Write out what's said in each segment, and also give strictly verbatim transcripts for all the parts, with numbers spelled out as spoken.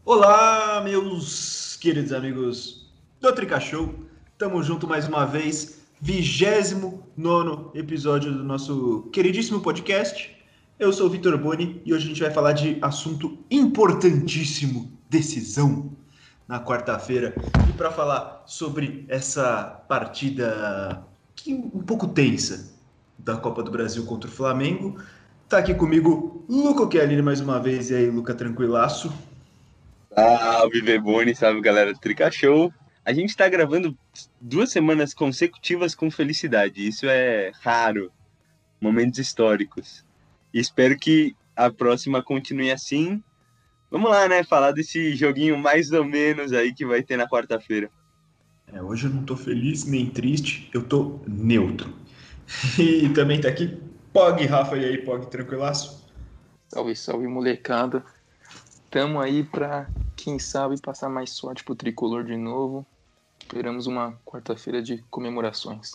Olá, meus queridos amigos do Trica Show. Tamo junto mais uma vez, vigésimo nono episódio do nosso queridíssimo podcast. Eu sou o Vitor Boni e hoje a gente vai falar de assunto importantíssimo, decisão, na quarta-feira. E para falar sobre essa partida que um pouco tensa da Copa do Brasil contra o Flamengo, tá aqui comigo Luca Chialini mais uma vez. E aí, Luca, tranquilaço? Salve, Beboni, salve, galera do Trica Show. A gente tá gravando duas semanas consecutivas com felicidade. Isso é raro. Momentos históricos. E espero que a próxima continue assim. Vamos lá, né? Falar desse joguinho mais ou menos aí que vai ter na quarta-feira. É, hoje eu não tô feliz nem triste, eu tô neutro. E também tá aqui Pog, Rafa, e aí, Pog, tranquilaço? Salve, salve, molecada. Tamo aí pra, quem sabe, passar mais sorte pro tricolor de novo. Esperamos uma quarta-feira de comemorações.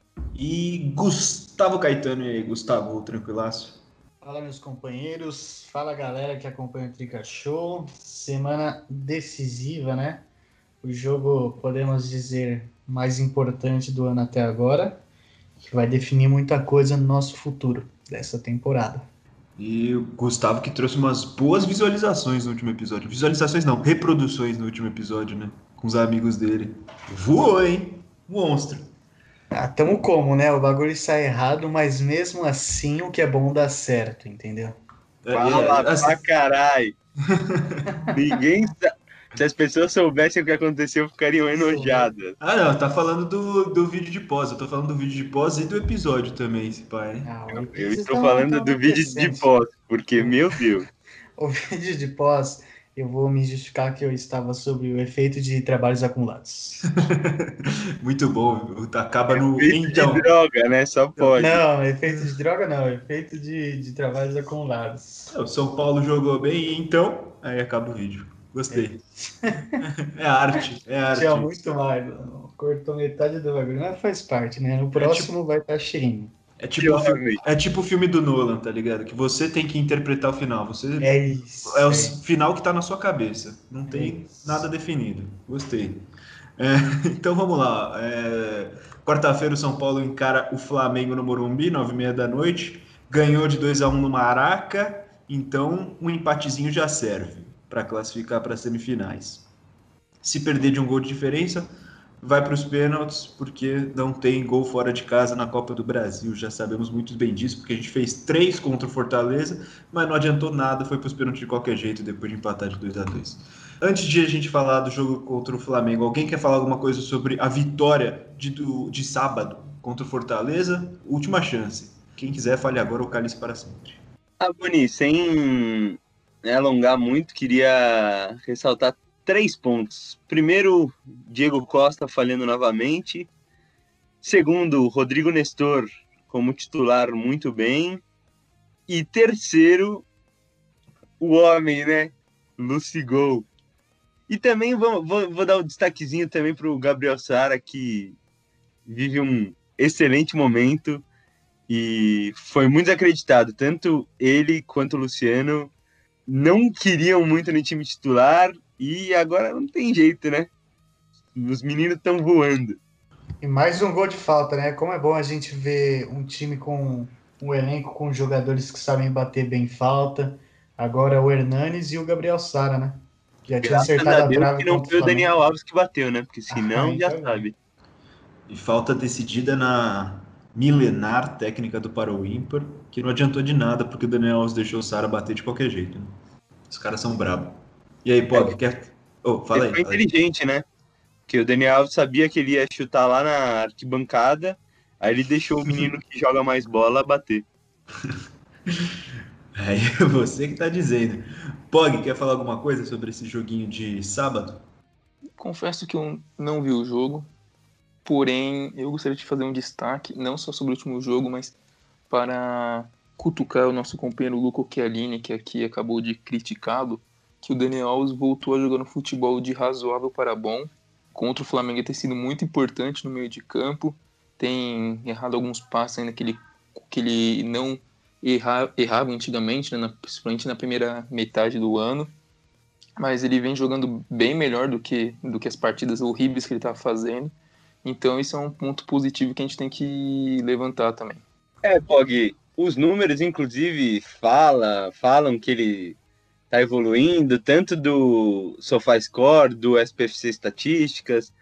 E Gustavo Caetano, e aí, Gustavo, tranquilaço? Fala, meus companheiros. Fala, galera que acompanha o Trica Show. Semana decisiva, né? O jogo, podemos dizer, mais importante do ano até agora, que vai definir muita coisa no nosso futuro dessa temporada. E o Gustavo que trouxe umas boas visualizações no último episódio. Visualizações não, reproduções no último episódio, né? Com os amigos dele. Voou, hein? Monstro. Ah, tamo como, né? O bagulho sai errado, mas mesmo assim o que é bom dá certo, entendeu? É, Fala é, assim, pra caralho! Ninguém sa... Se as pessoas soubessem o que aconteceu, ficariam enojadas. Ah, não, tá falando do, do vídeo de pós. Eu tô falando do vídeo de pós e do episódio também, esse pai. Ah, o Eu episódio estou tá, falando tá do muito vídeo de recente. pós, porque, meu Deus. O vídeo de pós, eu vou me justificar que eu estava sobre o efeito de trabalhos acumulados. Muito bom, acaba no Efeito de então. droga, né? Só pode. Não, efeito de droga não, efeito de, de trabalhos acumulados. O São Paulo jogou bem, então. Aí acaba o vídeo. Gostei. É arte, é arte. Tinha muito mais, não. Cortou metade do bagulho, mas faz parte, né? No próximo tipo- vai estar cheirinho. É tipo, o filme, é tipo o filme do Nolan, tá ligado? Que você tem que interpretar o final. Você É é isso. o É final que tá na sua cabeça. Não tem isso. nada definido. Gostei. É, então vamos lá. É, quarta-feira o São Paulo encara o Flamengo no Morumbi, nove e meia da noite. Ganhou de dois a um no Maraca. Então um empatezinho já serve para classificar para as semifinais. Se perder de um gol de diferença, vai para os pênaltis, porque não tem gol fora de casa na Copa do Brasil. Já sabemos muito bem disso, porque a gente fez três contra o Fortaleza, mas não adiantou nada, foi para os pênaltis de qualquer jeito, depois de empatar de dois a dois. Antes de a gente falar do jogo contra o Flamengo, alguém quer falar alguma coisa sobre a vitória de, do, de sábado contra o Fortaleza? Última chance. Quem quiser, fale agora ou cale-se para sempre. Ah, Boni, sem né, alongar muito, queria ressaltar três pontos. Primeiro, Diego Costa falhando novamente. Segundo, Rodrigo Nestor como titular muito bem. E terceiro, o homem, né? Lucigol. E também vou, vou, vou dar um destaquezinho também para o Gabriel Sara, que vive um excelente momento e foi muito desacreditado. Tanto ele quanto o Luciano não queriam muito no time titular e agora não tem jeito, né? Os meninos estão voando. E mais um gol de falta, né? Como é bom a gente ver um time com um elenco com jogadores que sabem bater bem falta. Agora o Hernanes e o Gabriel Sara, né? Já tinha Graças acertado a a Deus trave que não contra o foi o Flamengo. Daniel Alves que bateu, né? Porque senão Ah, já então sabe. E falta decidida na milenar técnica do para o ímpar, que não adiantou de nada, porque o Daniel Alves deixou o Sara bater de qualquer jeito. Né? Os caras são brabos. E aí, Pog, quer... Oh, fala Ele aí. foi Fala aí. inteligente, né? Porque o Daniel Alves sabia que ele ia chutar lá na arquibancada, aí ele deixou o menino que joga mais bola bater. Aí é você que tá dizendo. Pog, quer falar alguma coisa sobre esse joguinho de sábado? Confesso que eu não vi o jogo, porém eu gostaria de fazer um destaque, não só sobre o último jogo, mas para cutucar o nosso companheiro Luca Chialini, que aqui acabou de criticá-lo, que o Daniel Alves voltou a jogar no futebol de razoável para bom. Contra o Flamengo ele tem sido muito importante no meio de campo, tem errado alguns passes ainda que ele, que ele não erra, errava antigamente, né, na, principalmente na primeira metade do ano. mas ele vem jogando bem melhor do que, do que as partidas horríveis que ele tá fazendo. Então isso é um ponto positivo que a gente tem que levantar também. É, Pog, os números, inclusive, fala, falam que ele tá evoluindo, tanto do SofaScore, do S P F C Estatísticas,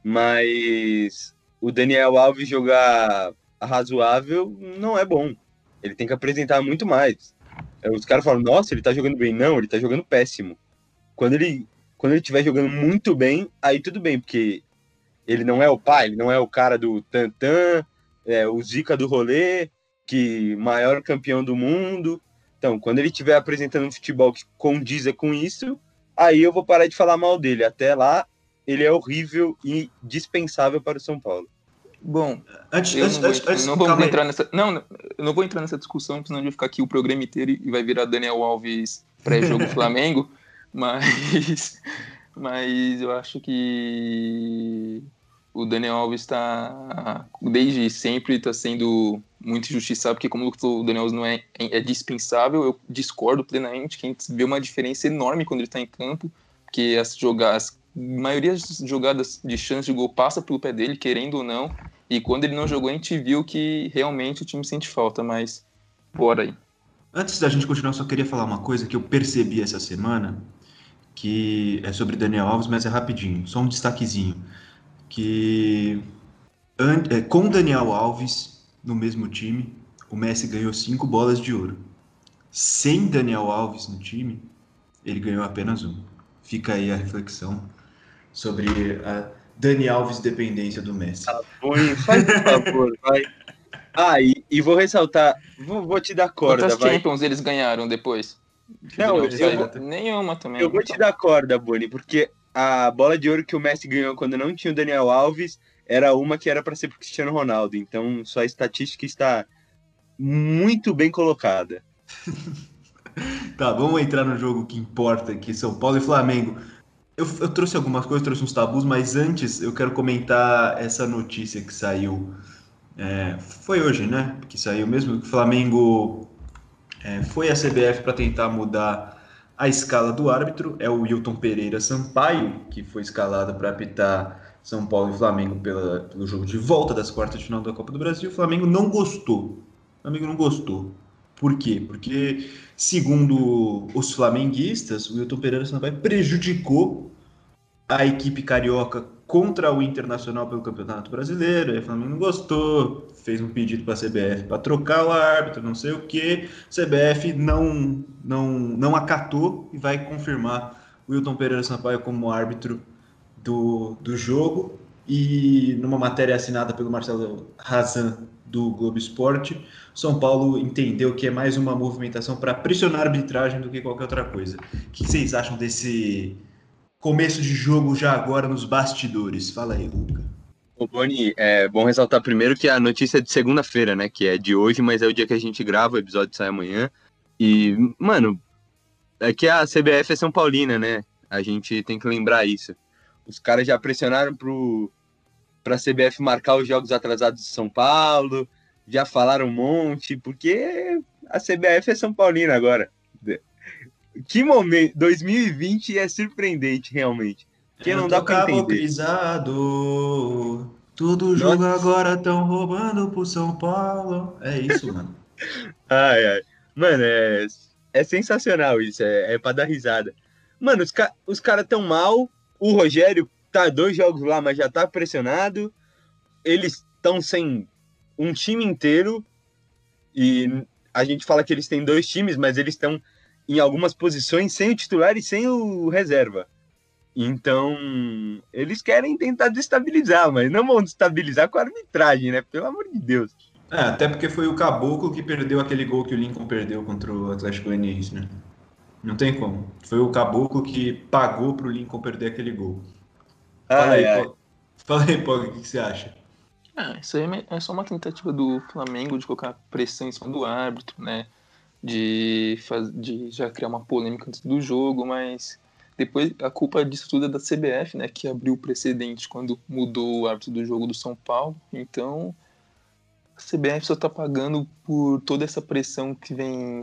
mas o Daniel Alves jogar razoável não é bom. Ele tem que apresentar muito mais. Os caras falam, nossa, ele tá jogando bem. Não, ele tá jogando péssimo. Quando ele quando ele estiver jogando muito bem, aí tudo bem, porque ele não é o pai, ele não é o cara do tantã, é o zica do rolê, que maior campeão do mundo. Então, quando ele estiver apresentando um futebol que condiza com isso, aí eu vou parar de falar mal dele. Até lá, ele é horrível e dispensável para o São Paulo. Bom, Antes, eu antes, não, vou, antes, antes, não vamos calma aí. entrar nessa. Não, eu não vou entrar nessa discussão, senão a gente vai ficar aqui o programa inteiro e vai virar Daniel Alves pré-jogo Flamengo. Mas, mas eu acho que o Daniel Alves está, desde sempre, está sendo muito injustiçado, porque como o Daniel Alves não é, é dispensável, eu discordo plenamente, que a gente vê uma diferença enorme quando ele está em campo, porque as jogadas, a maioria das jogadas de chance de gol passa pelo pé dele, querendo ou não, e quando ele não jogou, a gente viu que realmente o time sente falta, mas bora aí. Antes da gente continuar, eu só queria falar uma coisa que eu percebi essa semana, que é sobre Daniel Alves, mas é rapidinho, só um destaquezinho, que an- é, com Daniel Alves no mesmo time, o Messi ganhou cinco bolas de ouro. Sem Daniel Alves no time, ele ganhou apenas um. Fica aí a reflexão sobre a Dani Alves dependência do Messi. Boni, faz um favor, vai. Ah, e, e vou ressaltar, vou, vou te dar corda, Quantas vai. Champions eles ganharam depois? Que o Não, Daniel eu saiu? vou- Nenhuma também. Eu vou te então. dar corda, Boni, porque a bola de ouro que o Messi ganhou quando não tinha o Daniel Alves era uma que era para ser pro Cristiano Ronaldo. Então, sua estatística está muito bem colocada. Tá, vamos entrar no jogo que importa aqui, São Paulo e Flamengo. Eu, eu trouxe algumas coisas, trouxe uns tabus, mas antes eu quero comentar essa notícia que saiu. É, foi hoje, né? Que saiu mesmo que o Flamengo é, foi à C B F para tentar mudar a escala do árbitro. É o Wilton Pereira Sampaio, que foi escalado para apitar São Paulo e Flamengo pela, pelo jogo de volta das quartas de final da Copa do Brasil. O Flamengo não gostou. O Flamengo não gostou. Por quê? Porque, segundo os flamenguistas, o Wilton Pereira Sampaio prejudicou a equipe carioca contra o Internacional pelo Campeonato Brasileiro. Aí o Flamengo não gostou, fez um pedido para a C B F para trocar o árbitro, não sei o que. C B F não, não, não acatou e vai confirmar o Wilton Pereira Sampaio como árbitro do, do jogo. E numa matéria assinada pelo Marcelo Razan do Globo Esporte, São Paulo entendeu que é mais uma movimentação para pressionar a arbitragem do que qualquer outra coisa. O que vocês acham desse começo de jogo já agora nos bastidores? Fala aí, Luca. Ô, Boni, é bom ressaltar primeiro que a notícia é de segunda-feira, né? Que é de hoje, mas é o dia que a gente grava, o episódio sai amanhã. E, mano, é que a C B F é São Paulina, né? A gente tem que lembrar isso. Os caras já pressionaram pro, pra C B F marcar os jogos atrasados de São Paulo, já falaram um monte, porque a C B F é São Paulina agora. Que momento, dois mil e vinte é surpreendente, realmente. Porque não dá pra entender. Caboclizado, todo jogo agora tão roubando pro São Paulo. É isso, mano. Ai, ai. Mano, é, é sensacional isso, é, é pra dar risada. Mano, os, ca os caras tão mal, o Rogério tá dois jogos lá, mas já tá pressionado. Eles estão sem um time inteiro. E a gente fala que eles têm dois times, mas eles estão em algumas posições sem o titular e sem o reserva. Então, eles querem tentar destabilizar, mas não vão destabilizar com a arbitragem, né? Pelo amor de Deus. É, até porque foi o Caboclo que perdeu aquele gol que o Lincoln perdeu contra o Atlético Goianiense, né? Não tem como. Foi o Caboclo que pagou pro Lincoln perder aquele gol. Fala Ai, aí, ai. Pog. Fala aí, Pog, o que você acha? Ah, isso aí é só uma tentativa do Flamengo de colocar pressão em cima do árbitro, né? De, faz... de já criar uma polêmica antes do jogo, mas depois a culpa disso tudo é da C B F, né? Que abriu o precedente quando mudou o árbitro do jogo do São Paulo. Então a C B F só tá pagando por toda essa pressão que vem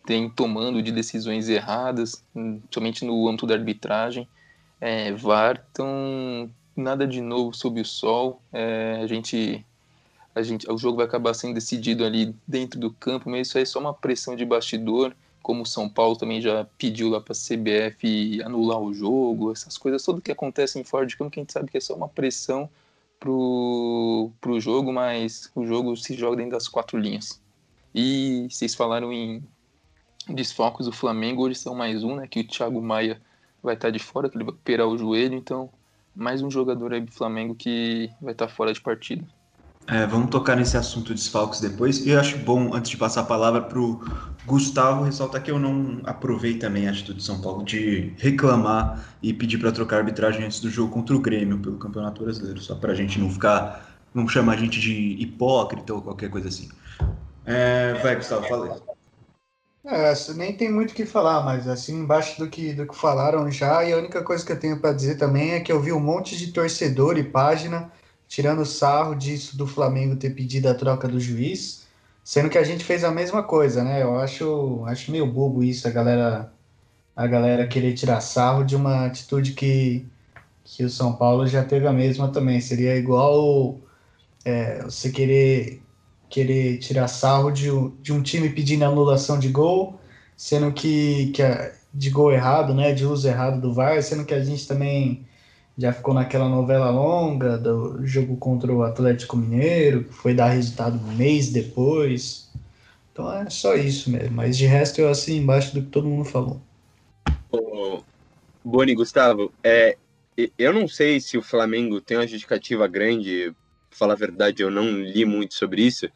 tem tomando de decisões erradas, somente no âmbito da arbitragem. É, V A R, então nada de novo sob o sol. É, a gente, a gente, o jogo vai acabar sendo decidido ali dentro do campo, mas isso aí é só uma pressão de bastidor, como o São Paulo também já pediu lá para a C B F anular o jogo, essas coisas, tudo que acontece em fora de campo, que a gente sabe que é só uma pressão pro, pro jogo, mas o jogo se joga dentro das quatro linhas. E vocês falaram em desfalques do Flamengo, hoje são mais um, né, que o Thiago Maia vai estar de fora, que ele vai operar o joelho, então mais um jogador aí do Flamengo que vai estar fora de partida. É, vamos tocar nesse assunto de desfalques depois. E eu acho bom, antes de passar a palavra para o Gustavo, ressaltar que eu não aprovei também a atitude de São Paulo de reclamar e pedir para trocar a arbitragem antes do jogo contra o Grêmio pelo Campeonato Brasileiro, só para a gente não ficar, não chamar a gente de hipócrita ou qualquer coisa assim. É, vai, Gustavo, fala aí. É, nem tem muito o que falar, mas assim, embaixo do que, do que falaram já, e a única coisa que eu tenho para dizer também é que eu vi um monte de torcedor e página tirando sarro disso do Flamengo ter pedido a troca do juiz, sendo que a gente fez a mesma coisa, né? Eu acho, acho meio bobo isso, a galera, a galera querer tirar sarro de uma atitude que, que o São Paulo já teve a mesma também. Seria igual é, você querer querer tirar sarro de, um- de um time pedindo anulação de gol, sendo que, que a- de gol errado, né, de uso errado do V A R, sendo que a gente também já ficou naquela novela longa do jogo contra o Atlético Mineiro, que foi dar resultado um mês depois. Então é só isso mesmo, mas de resto eu assim embaixo do que todo mundo falou. Ô, Boni, Gustavo, é, e- eu não sei se o Flamengo tem uma justificativa grande, pra falar a verdade, eu não li muito sobre isso,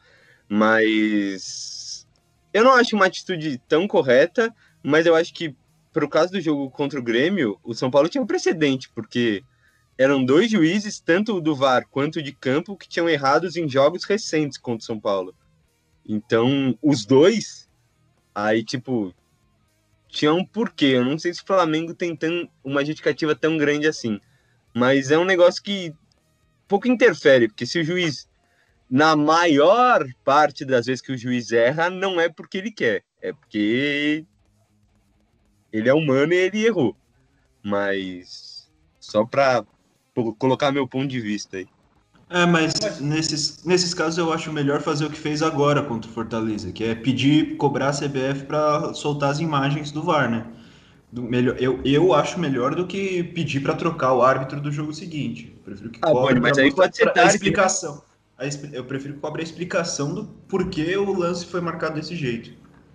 mas eu não acho uma atitude tão correta, mas eu acho que, pro caso do jogo contra o Grêmio, o São Paulo tinha um precedente, porque eram dois juízes, tanto o do V A R quanto o de campo, que tinham errados em jogos recentes contra o São Paulo. Então, os dois, aí, tipo, tinha um porquê. Eu não sei se o Flamengo tem tão, uma justificativa tão grande assim. Mas é um negócio que pouco interfere, porque se o juiz, na maior parte das vezes que o juiz erra, não é porque ele quer, é porque ele é humano e ele errou. Mas só para colocar meu ponto de vista aí. É, mas nesses, nesses casos eu acho melhor fazer o que fez agora contra o Fortaleza, que é pedir, cobrar a C B F para soltar as imagens do V A R, né? Do melhor, eu, eu acho melhor do que pedir para trocar o árbitro do jogo seguinte. Eu prefiro que Ah, cobre Boni, para mas aí mostrar pode ser a tarde. explicação. A expli- eu prefiro que cobre a explicação do porquê o lance foi marcado desse jeito.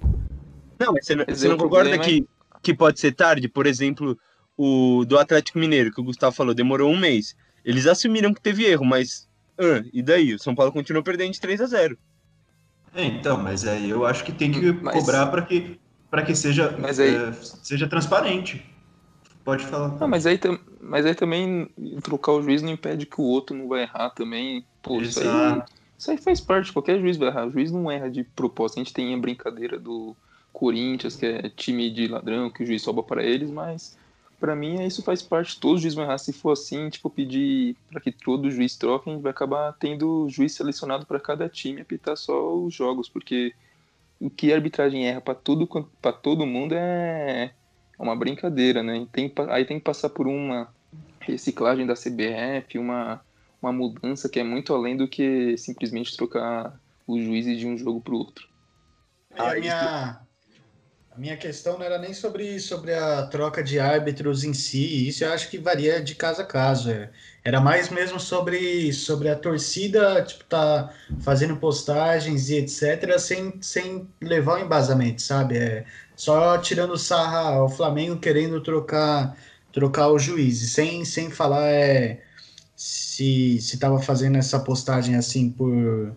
Não, mas você não, Mas você aí não o concorda problema é... que, que pode ser tarde? Por exemplo, o do Atlético Mineiro, que o Gustavo falou, demorou um mês. Eles assumiram que teve erro, mas. Ah, e daí? O São Paulo continuou perdendo de três a zero. É, então, mas aí eu acho que tem que cobrar Mas, para que, para que seja, mas aí... é, seja transparente. Pode falar. Ah, mas aí, tam- mas aí também trocar o juiz não impede que o outro não vai errar também. Pô, isso aí, Exato. isso aí faz parte, qualquer juiz vai errar. O juiz não erra de propósito. A gente tem a brincadeira do Corinthians, que é time de ladrão, que o juiz sobra para eles, mas pra mim isso faz parte. Todos os juízes vão errar. Se for assim, tipo, pedir para que todo juiz troque, a gente vai acabar tendo juiz selecionado para cada time apitar só os jogos, porque o que a arbitragem erra para tudo, para todo mundo é é uma brincadeira, né? E tem, aí tem que passar por uma reciclagem da C B F, uma, uma mudança que é muito além do que simplesmente trocar os juízes de um jogo para o outro. E a minha, a minha questão não era nem sobre, sobre a troca de árbitros em si, isso eu acho que varia de caso a caso. É. Era mais mesmo sobre, sobre a torcida, tipo, tá fazendo postagens e etcétera, sem, sem levar o embasamento, sabe? É, só tirando sarra ao Flamengo querendo trocar, trocar o juiz, sem, sem falar é, se se estava fazendo essa postagem assim por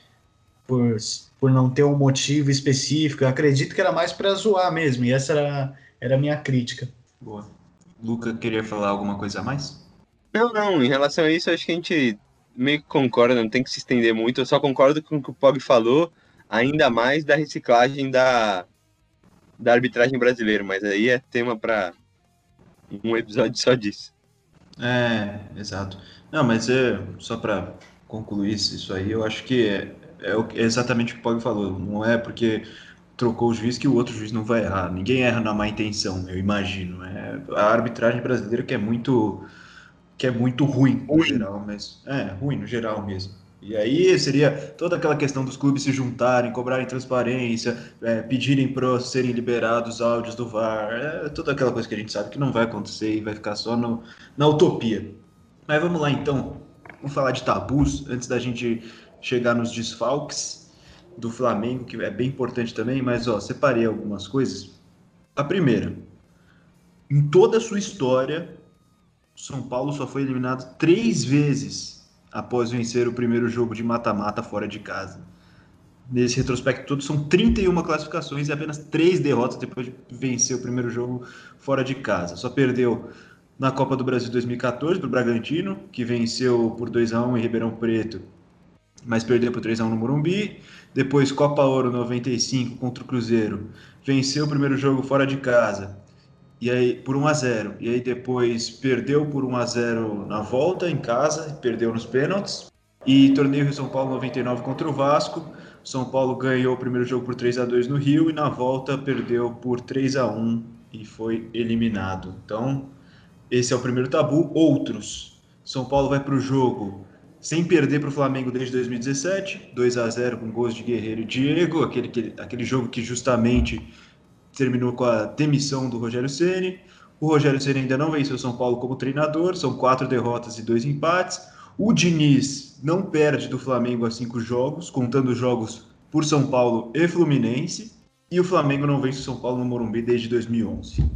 por, por não ter um motivo específico. Eu acredito que era mais para zoar mesmo, e essa era, era a minha crítica. Boa. Luca queria falar alguma coisa a mais? Não, não, em relação a isso, acho que a gente meio que concorda, não tem que se estender muito. Eu só concordo com o que o Pog falou, ainda mais da reciclagem da, da arbitragem brasileira, mas aí é tema para um episódio só disso. É, exato. Não, mas é só para concluir isso isso aí, eu acho que é, é o- é exatamente o que o Pog falou. Não é porque trocou o juiz que o outro juiz não vai errar. Ninguém erra na má intenção, eu imagino. É a arbitragem brasileira que é muito que é muito ruim no Ruim. geral, mas é ruim no geral mesmo. E aí seria toda aquela questão dos clubes se juntarem, cobrarem transparência, é, pedirem para serem liberados áudios do V A R, é, toda aquela coisa que a gente sabe que não vai acontecer e vai ficar só no, na utopia. Mas vamos lá então, vamos falar de tabus antes da gente chegar nos desfalques do Flamengo, que é bem importante também, mas ó, separei algumas coisas. A primeira, em toda a sua história, São Paulo só foi eliminado três vezes após vencer o primeiro jogo de mata-mata fora de casa. Nesse retrospecto todo, são trinta e uma classificações e apenas três derrotas depois de vencer o primeiro jogo fora de casa. Só perdeu na Copa do Brasil dois mil e quatorze para o Bragantino, que venceu por dois a um em Ribeirão Preto, mas perdeu por três a um no Morumbi. Depois Copa Ouro noventa e cinco contra o Cruzeiro, venceu o primeiro jogo fora de casa, e aí por um a zero, e aí depois perdeu por um a zero na volta em casa, perdeu nos pênaltis. E torneio Rio São Paulo noventa e nove contra o Vasco, São Paulo ganhou o primeiro jogo por três a dois no Rio e na volta perdeu por três a um e foi eliminado. Então, esse é o primeiro tabu. Outros, São Paulo vai para o jogo sem perder para o Flamengo desde dois mil e dezessete, dois a zero com gols de Guerreiro e Diego, aquele, aquele jogo que justamente terminou com a demissão do Rogério Ceni. O Rogério Ceni ainda não venceu o São Paulo como treinador, são quatro derrotas e dois empates. O Diniz não perde do Flamengo a cinco jogos, contando jogos por São Paulo e Fluminense. E o Flamengo não vence o São Paulo no Morumbi desde dois mil e onze.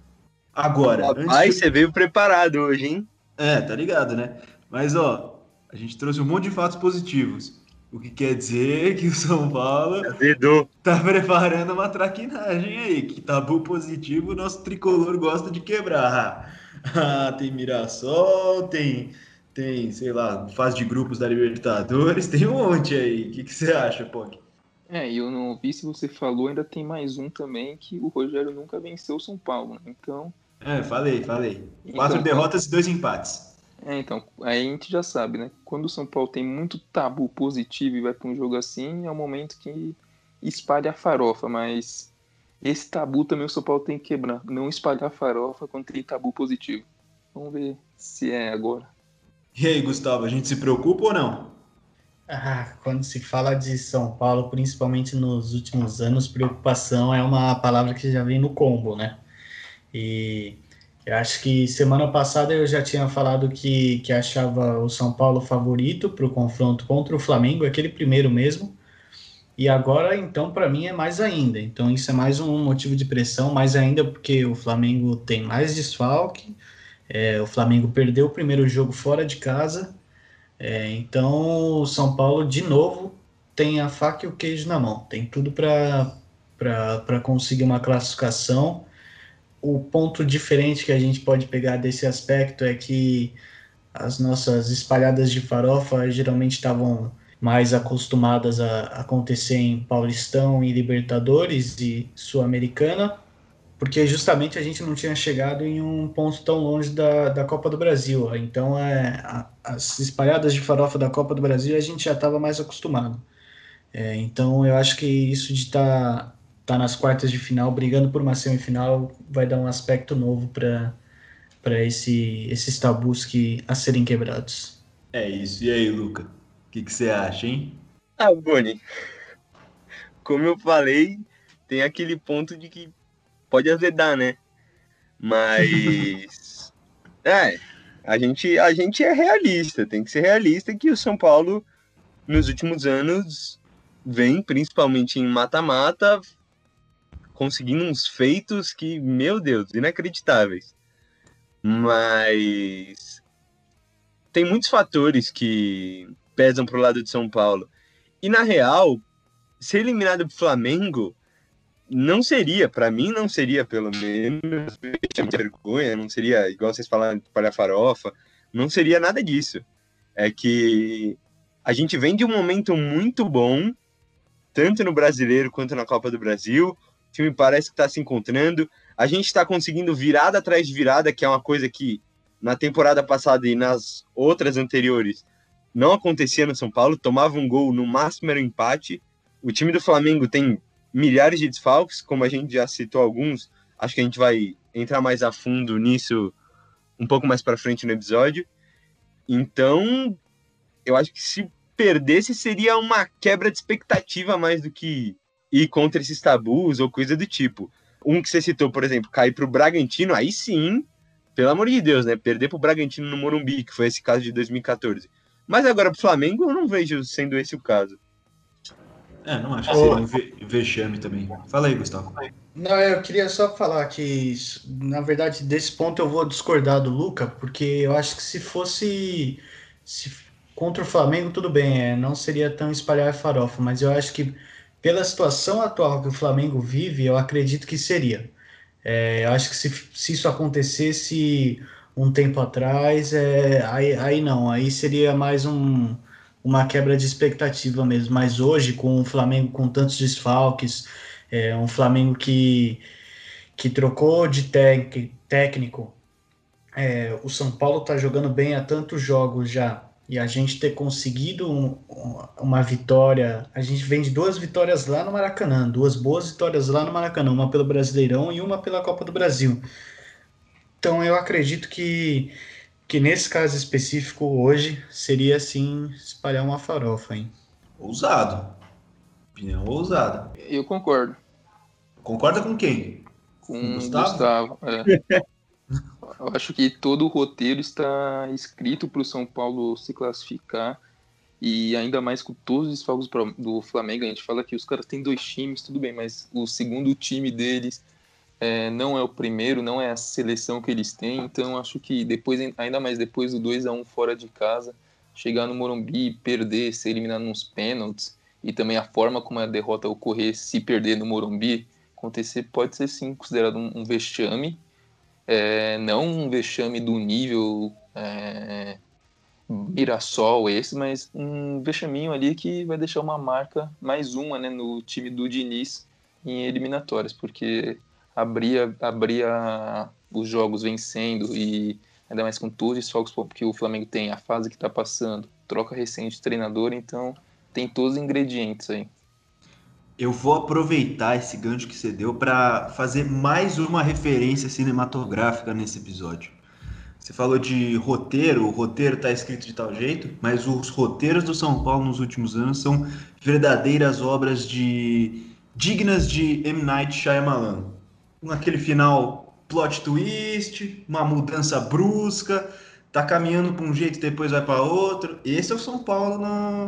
Agora... Rapaz, de... você veio preparado hoje, hein? É, tá ligado, né? Mas, ó, a gente trouxe um monte de fatos positivos. O que quer dizer que o São Paulo Azedou. tá preparando uma traquinagem aí. Que tabu positivo o nosso tricolor gosta de quebrar. Ah, tem Mirassol, tem, tem, sei lá, fase de grupos da Libertadores, tem um monte aí. O que, que você acha, Pog? É, e eu não ouvi se você falou, ainda tem mais um também, que o Rogério nunca venceu o São Paulo, né? Então... É, falei, falei. Então, Quatro derrotas e dois empates. É, então, aí a gente já sabe, né? Quando o São Paulo tem muito tabu positivo e vai para um jogo assim, é o momento que espalha a farofa, mas esse tabu também o São Paulo tem que quebrar. Não espalhar a farofa quando tem tabu positivo. Vamos ver se é agora. E aí, Gustavo, a gente se preocupa ou não? Ah, quando se fala de São Paulo, principalmente nos últimos anos, preocupação é uma palavra que já vem no combo, né? E eu acho que semana passada eu já tinha falado que, que achava o São Paulo favorito para o confronto contra o Flamengo, aquele primeiro mesmo. E agora, então, para mim é mais ainda. Então, isso é mais um motivo de pressão, mais ainda porque o Flamengo tem mais desfalque. É, o Flamengo perdeu o primeiro jogo fora de casa. É, então, o São Paulo, de novo, tem a faca e o queijo na mão. Tem tudo para conseguir uma classificação. O ponto diferente que a gente pode pegar desse aspecto é que as nossas espalhadas de farofa geralmente estavam mais acostumadas a acontecer em Paulistão e Libertadores e Sul-Americana, porque justamente a gente não tinha chegado em um ponto tão longe da, da Copa do Brasil. Então, é, a, as espalhadas de farofa da Copa do Brasil a gente já estava mais acostumado. É, então, eu acho que isso de estar tá, tá nas quartas de final, brigando por uma semifinal, vai dar um aspecto novo para esse, esses tabus que, a serem quebrados. É isso. E aí, Luca? O que, que você acha, hein? Ah, Boni, como eu falei, tem aquele ponto de que pode azedar, né? Mas é, a gente, a gente é realista, tem que ser realista que o São Paulo, nos últimos anos, vem, principalmente em mata-mata, conseguindo uns feitos que, meu Deus, inacreditáveis. Mas tem muitos fatores que pesam pro lado de São Paulo. E, na real, ser eliminado pro Flamengo não seria, para mim não seria, pelo menos, vergonha, não seria, igual vocês falaram, de palha farofa, não seria nada disso. É que a gente vem de um momento muito bom, tanto no Brasileiro quanto na Copa do Brasil, o time parece que está se encontrando, a gente está conseguindo virada atrás de virada, que é uma coisa que na temporada passada e nas outras anteriores não acontecia no São Paulo, tomava um gol, no máximo era um empate. O time do Flamengo tem milhares de desfalques, como a gente já citou alguns, acho que a gente vai entrar mais a fundo nisso um pouco mais para frente no episódio. Então, eu acho que se perdesse seria uma quebra de expectativa mais do que ir contra esses tabus ou coisa do tipo. Um que você citou, por exemplo, cair para o Bragantino, aí sim, pelo amor de Deus, né? Perder para o Bragantino no Morumbi, que foi esse caso de dois mil e catorze. Mas agora para o Flamengo, eu não vejo sendo esse o caso. É, não acho que seria um ve- vexame também. Fala aí, Gustavo. Não, eu queria só falar que, na verdade, desse ponto eu vou discordar do Luca, porque eu acho que se fosse se, contra o Flamengo, tudo bem, é, não seria tão espalhar farofa, mas eu acho que pela situação atual que o Flamengo vive, eu acredito que seria. É, eu acho que se, se isso acontecesse um tempo atrás, é, aí, aí não, aí seria mais um, uma quebra de expectativa mesmo. Mas hoje, com o Flamengo com tantos desfalques, é, um Flamengo que, que trocou de tec, técnico, é, o São Paulo está jogando bem há tantos jogos já. E a gente ter conseguido um, uma vitória, a gente vem de duas vitórias lá no Maracanã, duas boas vitórias lá no Maracanã, uma pelo Brasileirão e uma pela Copa do Brasil. Então eu acredito que, que nesse caso específico hoje seria assim espalhar uma farofa, hein? Ousado. Opinião ousada. Eu concordo Concorda com quem? com Com o o Gustavo? Gustavo. É. Eu acho que todo o roteiro está escrito para o São Paulo se classificar, e ainda mais com todos os desfalques do Flamengo. A gente fala que os caras têm dois times, tudo bem, mas o segundo time deles é, não é o primeiro, não é a seleção que eles têm. Então acho que depois, ainda mais depois do dois a um fora de casa, chegar no Morumbi, perder, ser eliminado nos pênaltis, e também a forma como a derrota ocorrer se perder no Morumbi acontecer, pode ser sim considerado um, um vexame. É, não um vexame do nível é, Mirassol esse, mas um vexaminho ali que vai deixar uma marca, mais uma, né, no time do Diniz em eliminatórias, porque abria, abria os jogos vencendo, e ainda mais com todos os desfalques que o Flamengo tem, a fase que está passando, troca recente de treinador, então tem todos os ingredientes aí. Eu vou aproveitar esse gancho que você deu para fazer mais uma referência cinematográfica nesse episódio. Você falou de roteiro, o roteiro está escrito de tal jeito, mas os roteiros do São Paulo nos últimos anos são verdadeiras obras de dignas de M. Night Shyamalan. Com aquele final plot twist, uma mudança brusca, tá caminhando para um jeito e depois vai para outro. Esse é o São Paulo no,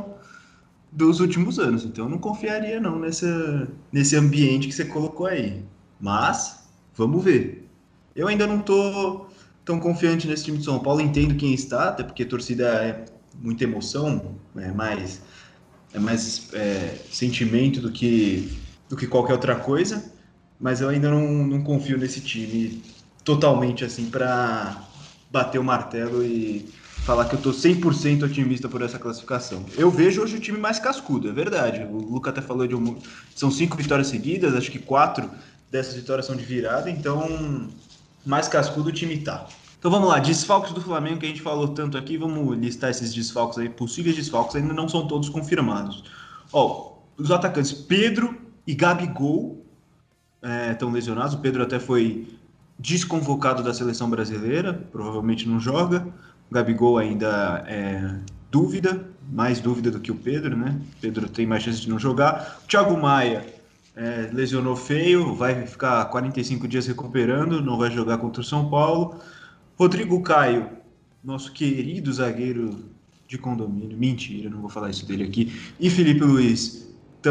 dos últimos anos, então eu não confiaria não nessa, nesse ambiente que você colocou aí. Mas, vamos ver. Eu ainda não tô tão confiante nesse time de São Paulo, entendo quem está, até porque a torcida é muita emoção, é mais, é mais é, sentimento do que, do que qualquer outra coisa, mas eu ainda não, não confio nesse time totalmente assim para bater o martelo e falar que eu tô cem por cento otimista por essa classificação. Eu vejo hoje o time mais cascudo, é verdade. O Luca até falou de um, são cinco vitórias seguidas, acho que quatro dessas vitórias são de virada, então mais cascudo o time tá. Então vamos lá, desfalques do Flamengo que a gente falou tanto aqui, vamos listar esses desfalques aí, possíveis desfalques, ainda não são todos confirmados. Ó, os atacantes Pedro e Gabigol estão é, lesionados, o Pedro até foi desconvocado da seleção brasileira, provavelmente não joga. O Gabigol ainda é dúvida, mais dúvida do que o Pedro, né? O Pedro tem mais chance de não jogar. O Thiago Maia é, lesionou feio, vai ficar quarenta e cinco dias recuperando, não vai jogar contra o São Paulo. Rodrigo Caio, nosso querido zagueiro de condomínio, mentira, não vou falar isso dele aqui. E Felipe Luiz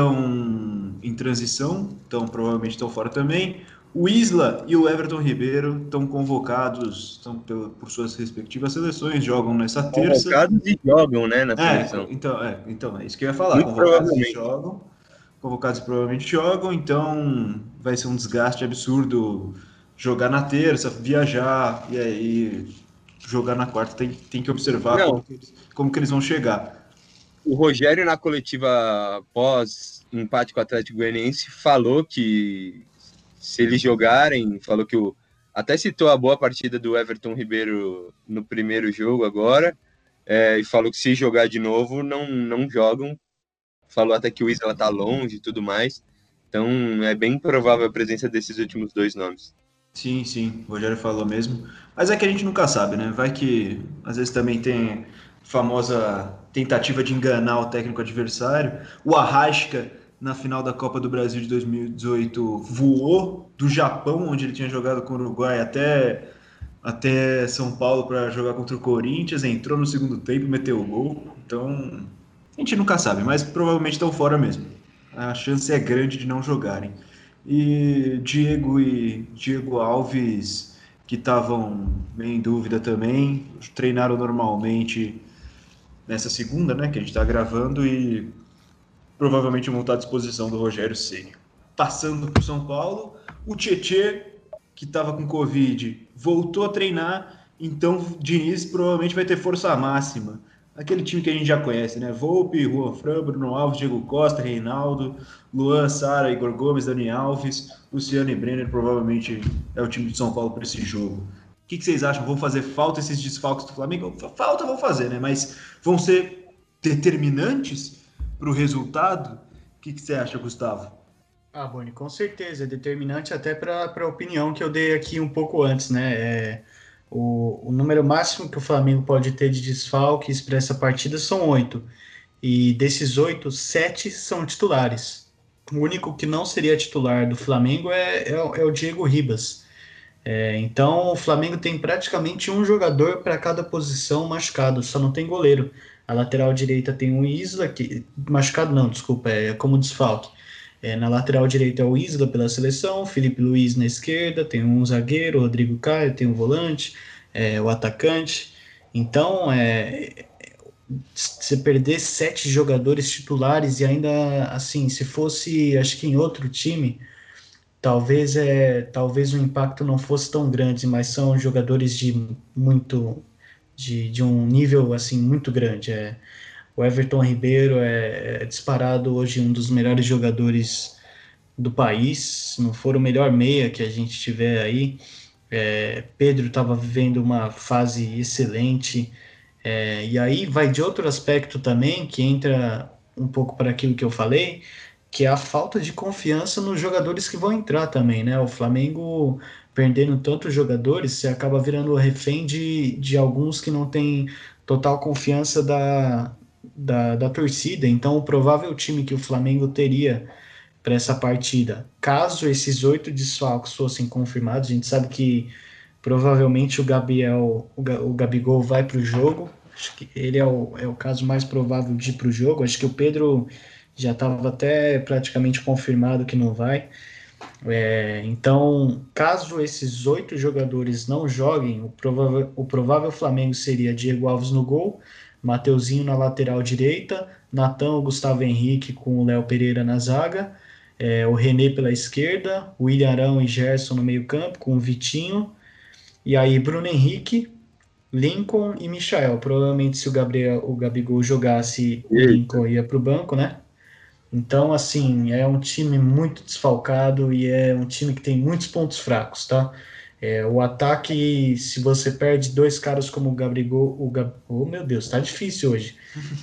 estão em transição, então provavelmente estão fora também. O Isla e o Everton Ribeiro estão convocados, estão por, por suas respectivas seleções, jogam nessa terça. Convocados e jogam, né, na é, seleção. Então, é, então, é isso que eu ia falar. Muito Convocados e jogam. Convocados provavelmente jogam, então vai ser um desgaste absurdo jogar na terça, viajar, e aí jogar na quarta. Tem, tem que observar como que, eles, como que eles vão chegar. O Rogério, na coletiva pós empate com o Atlético Goianiense, falou que se eles jogarem, falou que o até citou a boa partida do Everton Ribeiro no primeiro jogo agora, é, e falou que se jogar de novo, não, não jogam. Falou até que o Isla tá longe e tudo mais. Então é bem provável a presença desses últimos dois nomes. Sim, sim, o Rogério falou mesmo. Mas é que a gente nunca sabe, né? Vai que às vezes também tem famosa tentativa de enganar o técnico adversário. O Arrasca, na final da Copa do Brasil de dois mil e dezoito, voou do Japão, onde ele tinha jogado com o Uruguai, até, até São Paulo para jogar contra o Corinthians, entrou no segundo tempo, meteu o gol. Então, a gente nunca sabe, mas provavelmente estão fora mesmo. A chance é grande de não jogarem. E Diego e Diego Alves, que estavam em dúvida também, treinaram normalmente nessa segunda, né, que a gente está gravando, e provavelmente vão estar à disposição do Rogério Ceni. Passando para o São Paulo, o Tietê, que estava com Covid, voltou a treinar, então Diniz provavelmente vai ter força máxima. Aquele time que a gente já conhece, né? Volpe, Juan Fran, Bruno Alves, Diego Costa, Reinaldo, Luan, Sara, Igor Gomes, Dani Alves, Luciano e Brenner, provavelmente é o time de São Paulo para esse jogo. O que, que vocês acham? Vão fazer falta esses desfalques do Flamengo? Falta vão fazer, né? Mas vão ser determinantes para o resultado? O que, que você acha, Gustavo? Ah, Boni, com certeza. É determinante até para a opinião que eu dei aqui um pouco antes, né? É, o, o número máximo que o Flamengo pode ter de desfalques para essa partida são oito. E desses oito, sete são titulares. O único que não seria titular do Flamengo é, é, é o Diego Ribas. É, então, o Flamengo tem praticamente um jogador para cada posição machucado, só não tem goleiro. A lateral direita tem o Isla, que, machucado não, desculpa, é como desfalque. É, na lateral direita é o Isla pela seleção, Felipe Luiz na esquerda, tem um zagueiro, Rodrigo Caio, tem um volante, é, o atacante. Então, é, se perder sete jogadores titulares e ainda assim, se fosse, acho que em outro time, talvez é, talvez o impacto não fosse tão grande, mas são jogadores de muito, de, de um nível assim muito grande. É, o Everton Ribeiro é, é disparado hoje um dos melhores jogadores do país, se não for o melhor meia que a gente tiver aí. É, Pedro estava vivendo uma fase excelente. É, e aí vai de outro aspecto também, que entra um pouco para aquilo que eu falei, que é a falta de confiança nos jogadores que vão entrar também, né? O Flamengo perdendo tantos jogadores, você acaba virando refém de, de alguns que não têm total confiança da, da, da torcida. Então, o provável time que o Flamengo teria para essa partida, caso esses oito desfalques fossem confirmados, a gente sabe que provavelmente o Gabriel, o, o Gabigol vai para o jogo. Acho que ele é o, é o caso mais provável de ir para o jogo. Acho que o Pedro já estava até praticamente confirmado que não vai. É, então, caso esses oito jogadores não joguem, o provável, o provável Flamengo seria Diego Alves no gol, Mateuzinho na lateral direita, Natan, Gustavo Henrique com o Léo Pereira na zaga, é, o René pela esquerda, o William Arão e Gerson no meio campo com o Vitinho, e aí Bruno Henrique, Lincoln e Michael. Provavelmente se o Gabriel, o Gabigol jogasse, o Lincoln ia para o banco, né? Então, assim, é um time muito desfalcado e é um time que tem muitos pontos fracos, tá? É, o ataque, se você perde dois caras como o Gabigol, o Gab... oh meu Deus, tá difícil hoje.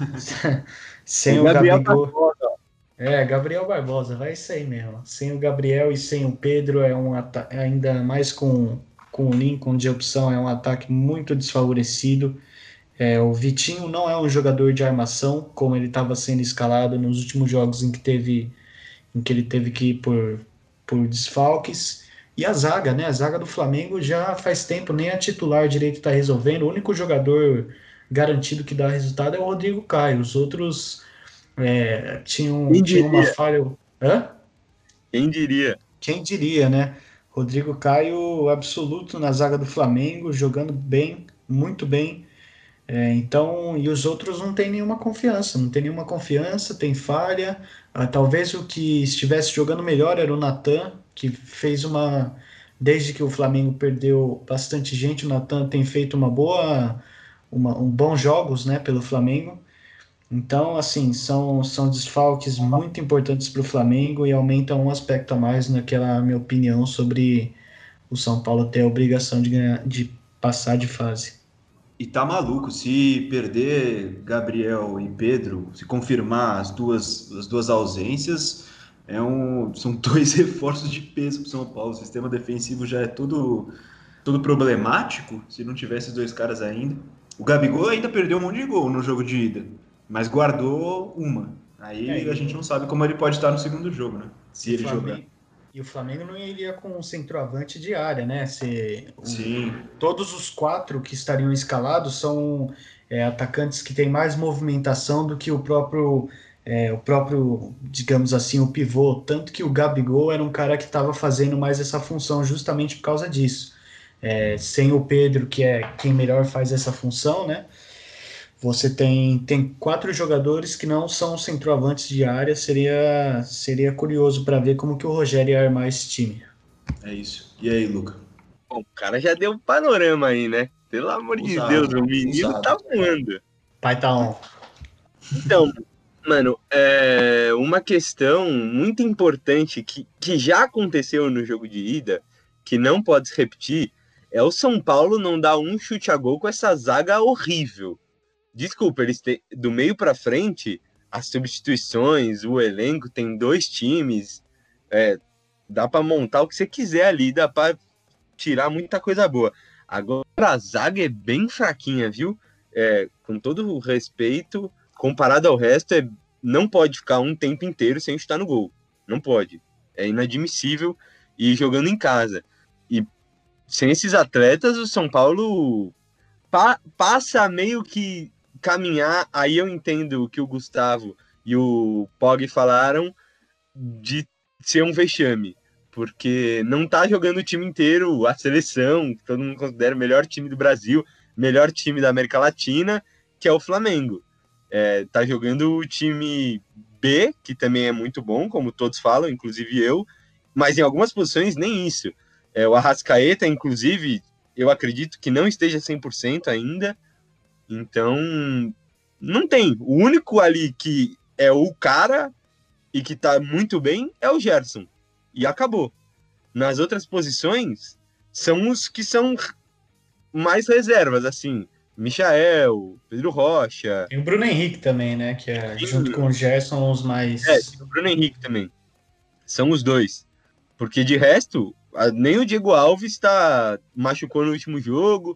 Sem o, o Gabigol. Barbosa. É, Gabriel Barbosa, vai isso aí mesmo. Sem o Gabriel e sem o Pedro, é um ataque, ainda mais com, com o Lincoln de opção, é um ataque muito desfavorecido. É, o Vitinho não é um jogador de armação, como ele estava sendo escalado nos últimos jogos em que, teve, em que ele teve que ir por, por desfalques. E a zaga, né? A zaga do Flamengo já faz tempo, nem a titular direito está resolvendo. O único jogador garantido que dá resultado é o Rodrigo Caio. Os outros é, tinham, tinham uma falha. Hã? Quem diria? Quem diria, né? Rodrigo Caio absoluto na zaga do Flamengo, jogando bem, muito bem. É, então, e os outros não tem nenhuma confiança, não tem nenhuma confiança, tem falha. Ah, talvez o que estivesse jogando melhor era o Natan, que fez uma. Desde que o Flamengo perdeu bastante gente, o Natan tem feito uma boa, uma, um bons jogos, né, pelo Flamengo. Então, assim, são, são desfalques muito importantes para o Flamengo e aumentam um aspecto a mais naquela minha opinião sobre o São Paulo ter a obrigação de, ganhar, de passar de fase. E tá maluco, se perder Gabriel e Pedro, se confirmar as duas, as duas ausências, É um, são dois reforços de peso para o São Paulo. O sistema defensivo já é tudo, tudo problemático, se não tivesse esses dois caras ainda. O Gabigol ainda perdeu um monte de gol no jogo de ida, mas guardou uma. É, Aí e a gente o, não sabe como ele pode estar no segundo jogo, né? e Se o ele jogar. Flamengo, e o Flamengo não iria com um centroavante de área, né? Se, o- Sim, todos os quatro que estariam escalados são é, atacantes que têm mais movimentação do que o próprio, é, o próprio, digamos assim, o pivô. Tanto que o Gabigol era um cara que estava fazendo mais essa função justamente por causa disso. É, sem o Pedro, que é quem melhor faz essa função, né? Você tem, tem quatro jogadores que não são centroavantes de área. Seria, seria curioso para ver como que o Rogério ia armar esse time. é isso. E aí, Luca? Bom, o cara já deu um panorama aí, né? Pelo amor de Deus, Ousado, o menino tá ousado. voando. Pai tá on. Então, mano, é uma questão muito importante que, que já aconteceu no jogo de ida, que não pode se repetir, é o São Paulo não dar um chute a gol com essa zaga horrível. Desculpa, eles têm, do meio pra frente, as substituições, o elenco tem dois times, é, dá pra montar o que você quiser ali, dá pra tirar muita coisa boa. Agora a zaga é bem fraquinha, viu? É, com todo o respeito, comparado ao resto, é, não pode ficar um tempo inteiro sem chutar no gol. Não pode. É inadmissível e jogando em casa. E sem esses atletas, o São Paulo pa passa meio que caminhar. Aí eu entendo o que o Gustavo e o Pog falaram de ser um vexame, porque não tá jogando o time inteiro, a seleção, que todo mundo considera o melhor time do Brasil, melhor time da América Latina, que é o Flamengo. É, tá jogando o time B, que também é muito bom, como todos falam, inclusive eu, mas em algumas posições nem isso. É, o Arrascaeta, inclusive, eu acredito que não esteja cem por cento ainda, então não tem. O único ali que é o cara e que tá muito bem é o Gerson. E acabou. Nas outras posições, são os que são mais reservas, assim. Michael, Pedro Rocha. Tem o Bruno Henrique também, né? Que é, junto Tem, com o Gerson, os é, mais. tem o Bruno Henrique também. São os dois. Porque de resto, nem o Diego Alves tá, machucou no último jogo,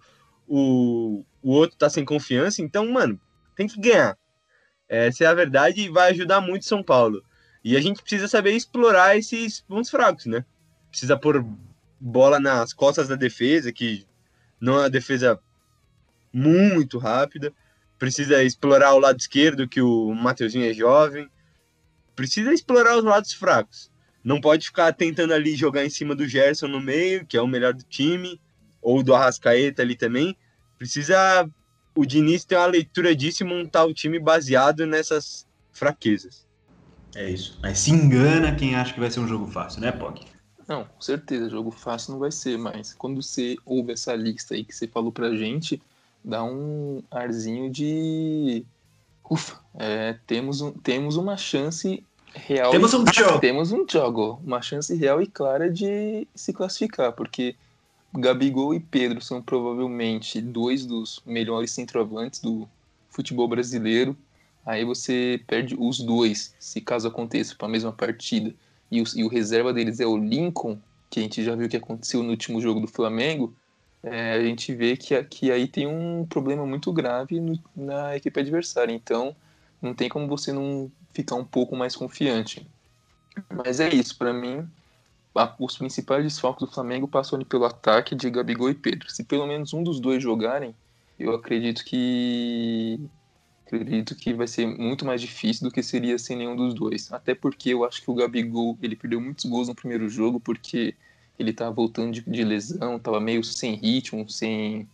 o, o outro tá sem confiança. Então, mano, tem que ganhar. Essa é a verdade e vai ajudar muito São Paulo. E a gente precisa saber explorar esses pontos fracos, né? Precisa pôr bola nas costas da defesa, que não é uma defesa muito rápida. Precisa explorar o lado esquerdo, que o Mateuzinho é jovem. Precisa explorar os lados fracos. Não pode ficar tentando ali jogar em cima do Gerson no meio, que é o melhor do time, ou do Arrascaeta ali também. Precisa o Diniz ter uma leitura disso e montar o time baseado nessas fraquezas. É isso. Mas se engana quem acha que vai ser um jogo fácil, né, Pog? Não, com certeza, jogo fácil não vai ser, mas quando você ouve essa lista aí que você falou pra gente, dá um arzinho de. Ufa, é, temos, um, temos uma chance real. Temos e, um jogo. Temos um jogo, uma chance real e clara de se classificar, porque Gabigol e Pedro são provavelmente dois dos melhores centroavantes do futebol brasileiro. Aí você perde os dois, se caso aconteça, para a mesma partida. E o, e o reserva deles é o Lincoln, que a gente já viu o que aconteceu no último jogo do Flamengo. É, a gente vê que, que aí tem um problema muito grave no, na equipe adversária. Então, não tem como você não ficar um pouco mais confiante. Mas é isso, para mim, a, os principais desfalques do Flamengo passam ali pelo ataque de Gabigol e Pedro. Se pelo menos um dos dois jogarem, eu acredito que acredito que vai ser muito mais difícil do que seria sem nenhum dos dois. Até porque eu acho que o Gabigol ele perdeu muitos gols no primeiro jogo porque ele estava voltando de, de lesão, estava meio sem ritmo, sem,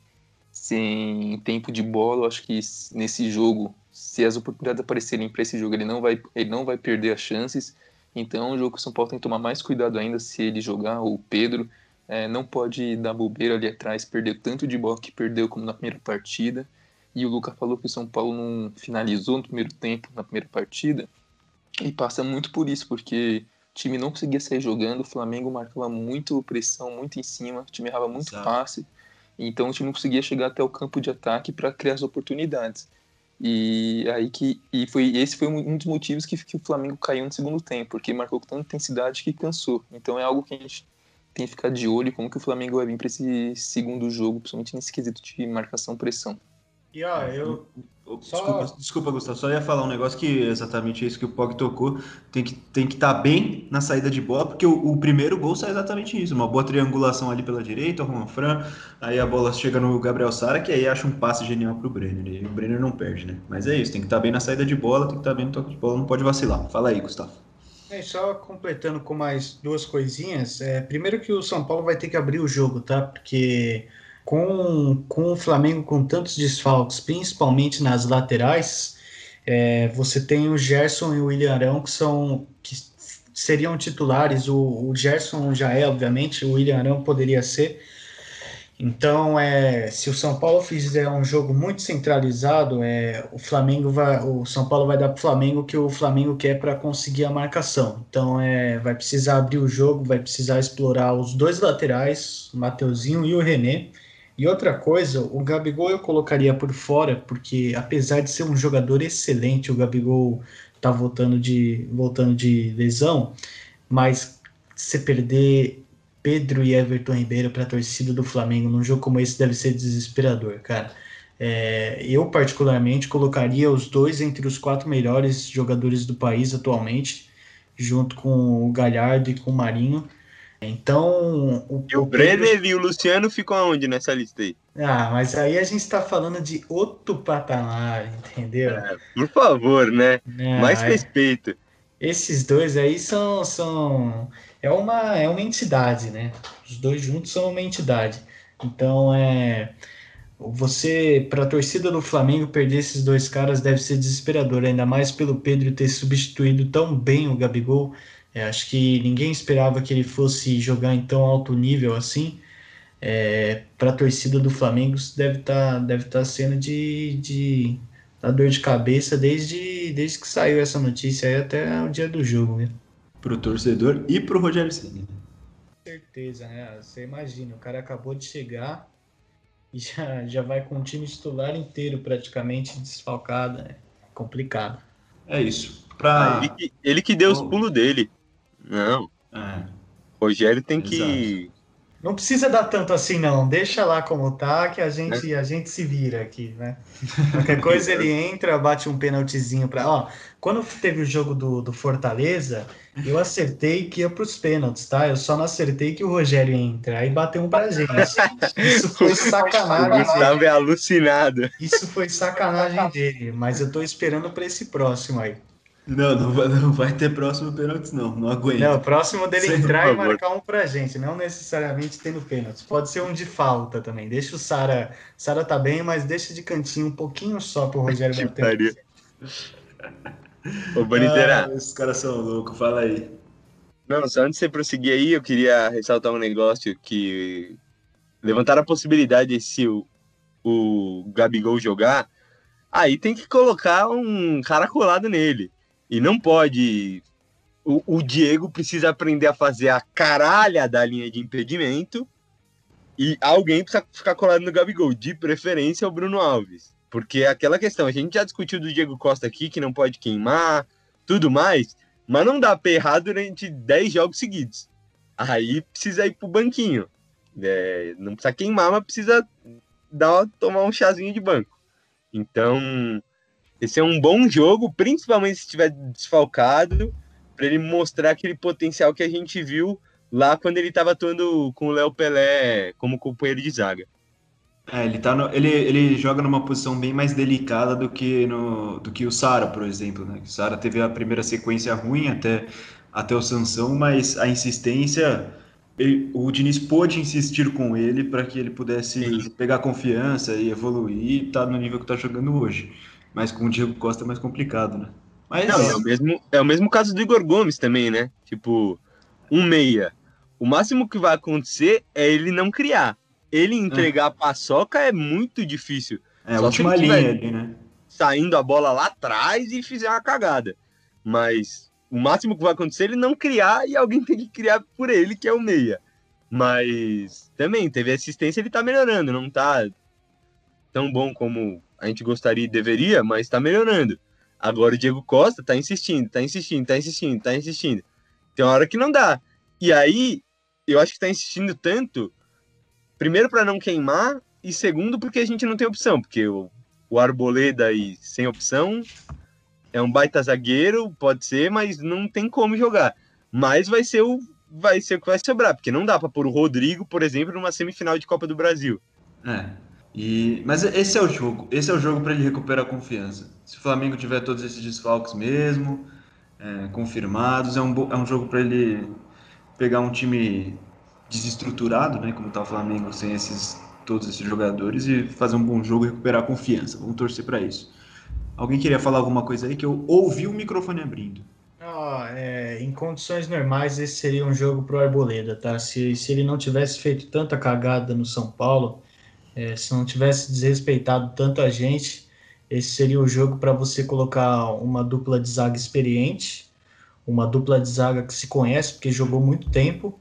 sem tempo de bola. Eu acho que nesse jogo, se as oportunidades aparecerem para esse jogo, ele não vai, ele não vai perder as chances. Então, é um jogo que o São Paulo tem que tomar mais cuidado ainda se ele jogar, o Pedro. É, não pode dar bobeira ali atrás, perder tanto de bola que perdeu como na primeira partida. E o Luca falou que o São Paulo não finalizou no primeiro tempo, na primeira partida. E passa muito por isso, porque o time não conseguia sair jogando, o Flamengo marcava muito pressão, muito em cima, o time errava muito Exato. passe. Então o time não conseguia chegar até o campo de ataque para criar as oportunidades. E aí que e foi esse foi um dos motivos que, que o Flamengo caiu no segundo tempo, porque marcou com tanta intensidade que cansou. Então é algo que a gente tem que ficar de olho como que o Flamengo vai vir para esse segundo jogo, principalmente nesse quesito de marcação-pressão. E ó, eu Desculpa, só... desculpa, Gustavo, só ia falar um negócio que é exatamente isso que o Pog tocou. Tem que tem que estar bem na saída de bola, porque o, o primeiro gol sai exatamente isso. Uma boa triangulação ali pela direita, o Juan Fran, aí a bola chega no Gabriel Sara, que aí acha um passe genial pro Brenner. E o Brenner não perde, né? Mas é isso, tem que estar bem na saída de bola, tem que estar bem no toque de bola, não pode vacilar. Fala aí, Gustavo. É, só completando com mais duas coisinhas. É, primeiro que o São Paulo vai ter que abrir o jogo, tá? Porque com, com o Flamengo com tantos desfalques, principalmente nas laterais, é, você tem o Gerson e o William Arão que são que seriam titulares. O, o Gerson já é, obviamente, o William Arão poderia ser. Então, é, se o São Paulo fizer um jogo muito centralizado, é, o Flamengo vai, o São Paulo vai dar para o Flamengo o que o Flamengo quer para conseguir a marcação. Então, é, vai precisar abrir o jogo, vai precisar explorar os dois laterais, o Mateuzinho e o René. E outra coisa, o Gabigol eu colocaria por fora, porque apesar de ser um jogador excelente, o Gabigol está voltando de, voltando de lesão, mas se perder Pedro e Everton Ribeiro para a torcida do Flamengo num jogo como esse deve ser desesperador, cara. É, eu, particularmente, colocaria os dois entre os quatro melhores jogadores do país atualmente, junto com o Galhardo e com o Marinho. Então, o, E o, o Brenner Pedro... e o Luciano ficam aonde nessa lista aí? Ah, mas aí a gente está falando de outro patamar, entendeu? É, por favor, né? Não, Mais é... respeito. Esses dois aí são, são é uma é uma entidade, né? Os dois juntos são uma entidade. Então é você para a torcida do Flamengo perder esses dois caras deve ser desesperador, ainda mais pelo Pedro ter substituído tão bem o Gabigol. É, acho que ninguém esperava que ele fosse jogar em tão alto nível assim. É, para a torcida do Flamengo isso deve estar deve tá sendo de, de da dor de cabeça desde, desde que saiu essa notícia aí até o dia do jogo, né? Pro torcedor e pro Rogério Ceni. Com certeza, né? Você imagina, o cara acabou de chegar e já, já vai com o time titular inteiro praticamente desfalcado, é complicado. É isso. Pra... Ah, ele, que, ele que deu oh. os pulos dele. Não. É. Rogério tem Exato. que... Não precisa dar tanto assim, não. Deixa lá como tá, que a gente, é. a gente se vira aqui, né? Qualquer coisa ele entra, bate um pênaltizinho pra... Ó, quando teve o jogo do, do Fortaleza, eu acertei que ia pros pênaltis, tá? Eu só não acertei que o Rogério entra. Aí bateu um pra gente. Isso foi sacanagem. O Gustavo é alucinado. Isso foi sacanagem dele, mas eu tô esperando pra esse próximo aí. Não, não vai, não vai ter próximo pênalti, não. Não aguento. Não, o próximo dele Sem entrar e marcar um pra gente, não necessariamente tendo pênalti. Pode ser um de falta também. Deixa o Sara. Sara tá bem, mas deixa de cantinho um pouquinho só pro Rogério bater. Ô, Boniteira. Ah, esses caras são loucos, fala aí. Não, só antes de você prosseguir aí, eu queria ressaltar um negócio que levantaram a possibilidade de se o, o Gabigol jogar, aí tem que colocar um cara colado nele. E não pode... O, o Diego precisa aprender a fazer a caralha da linha de impedimento e alguém precisa ficar colado no Gabigol, de preferência o Bruno Alves. Porque é aquela questão, a gente já discutiu do Diego Costa aqui, que não pode queimar, tudo mais, mas não dá pra errar durante dez jogos seguidos. Aí precisa ir pro banquinho. É, não precisa queimar, mas precisa dar, tomar um chazinho de banco. Então... Esse é um bom jogo, principalmente se estiver desfalcado, para ele mostrar aquele potencial que a gente viu lá quando ele estava atuando com o Léo Pelé como companheiro de zaga. É, ele, tá no, ele, ele joga numa posição bem mais delicada do que, no, do que o Sara, por exemplo. Né? O Sara teve a primeira sequência ruim até, até o Sansão, mas a insistência... Ele, o Diniz pôde insistir com ele para que ele pudesse Sim. pegar confiança e evoluir e estar tá no nível que está jogando hoje. Mas com o Diego Costa é mais complicado, né? Mas... Não, é o mesmo, é o mesmo caso do Igor Gomes também, né? Tipo, um meia. O máximo que vai acontecer é ele não criar. Ele entregar é. a paçoca é muito difícil. É a última linha ali, né? Saindo a bola lá atrás e fizer uma cagada. Mas o máximo que vai acontecer é ele não criar e alguém tem que criar por ele, que é o meia. Mas também, teve assistência, ele tá melhorando. Não tá tão bom como... a gente gostaria e deveria, mas tá melhorando. Agora o Diego Costa tá insistindo, tá insistindo, tá insistindo, tá insistindo. Tem uma hora que não dá. E aí, eu acho que tá insistindo tanto, primeiro para não queimar, e segundo porque a gente não tem opção, porque o, o Arboleda aí, sem opção, é um baita zagueiro, pode ser, mas não tem como jogar. Mas vai ser o, vai ser o que vai sobrar, porque não dá para pôr o Rodrigo, por exemplo, numa semifinal de Copa do Brasil. É. E, mas esse é o jogo. Esse é o jogo para ele recuperar a confiança. Se o Flamengo tiver todos esses desfalques mesmo, é, confirmados, é um, bo- é um jogo para ele pegar um time desestruturado, né? Como tá o Flamengo sem esses, todos esses jogadores e fazer um bom jogo e recuperar a confiança. Vamos torcer para isso. Alguém queria falar alguma coisa aí que eu ouvi o microfone abrindo. Ó, é, em condições normais, esse seria um jogo pro Arboleda, tá? Se, se ele não tivesse feito tanta cagada no São Paulo, é, se não tivesse desrespeitado tanta gente, esse seria o jogo para você colocar uma dupla de zaga experiente, uma dupla de zaga que se conhece, porque jogou muito tempo,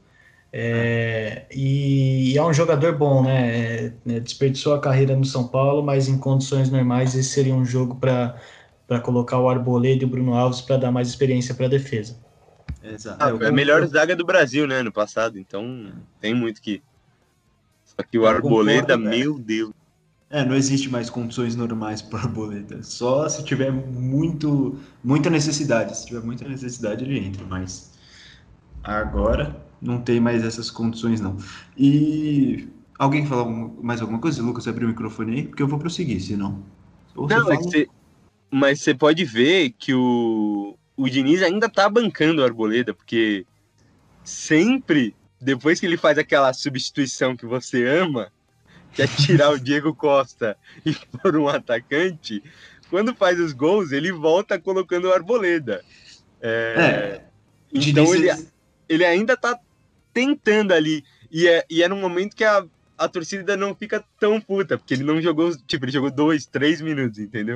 é, e, e é um jogador bom, né? É, né, desperdiçou a carreira no São Paulo, mas em condições normais, esse seria um jogo para para colocar o Arboleda e o Bruno Alves para dar mais experiência para a defesa. Exato. Ah, É, eu foi a melhor concordo, zaga do Brasil, né, no passado, então tem muito que... Só que o é, eu Arboleda, concordo, é. meu Deus. É, não existe mais condições normais para Arboleda. Só se tiver muito, muita necessidade. Se tiver muita necessidade, ele entra, mas agora não tem mais essas condições, não. E alguém quer falar alguma- mais alguma coisa? Lucas, abriu o microfone aí? Porque eu vou prosseguir, senão. Ou você Não, é que fala. você... Mas você pode ver que o, o Diniz ainda tá bancando o Arboleda, porque sempre, depois que ele faz aquela substituição que você ama, que é tirar o Diego Costa e pôr um atacante, quando faz os gols, ele volta colocando o Arboleda. É, É, então ele, Diniz. ele ainda tá tentando ali. E é, e é num momento que a, a torcida não fica tão puta, porque ele não jogou, tipo, ele jogou dois, três minutos, entendeu?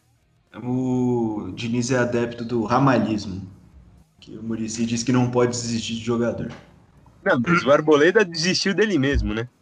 O Diniz é adepto do ramalismo. Que o Muricy diz que não pode desistir de jogador. Não, mas o Arboleda desistiu dele mesmo, né?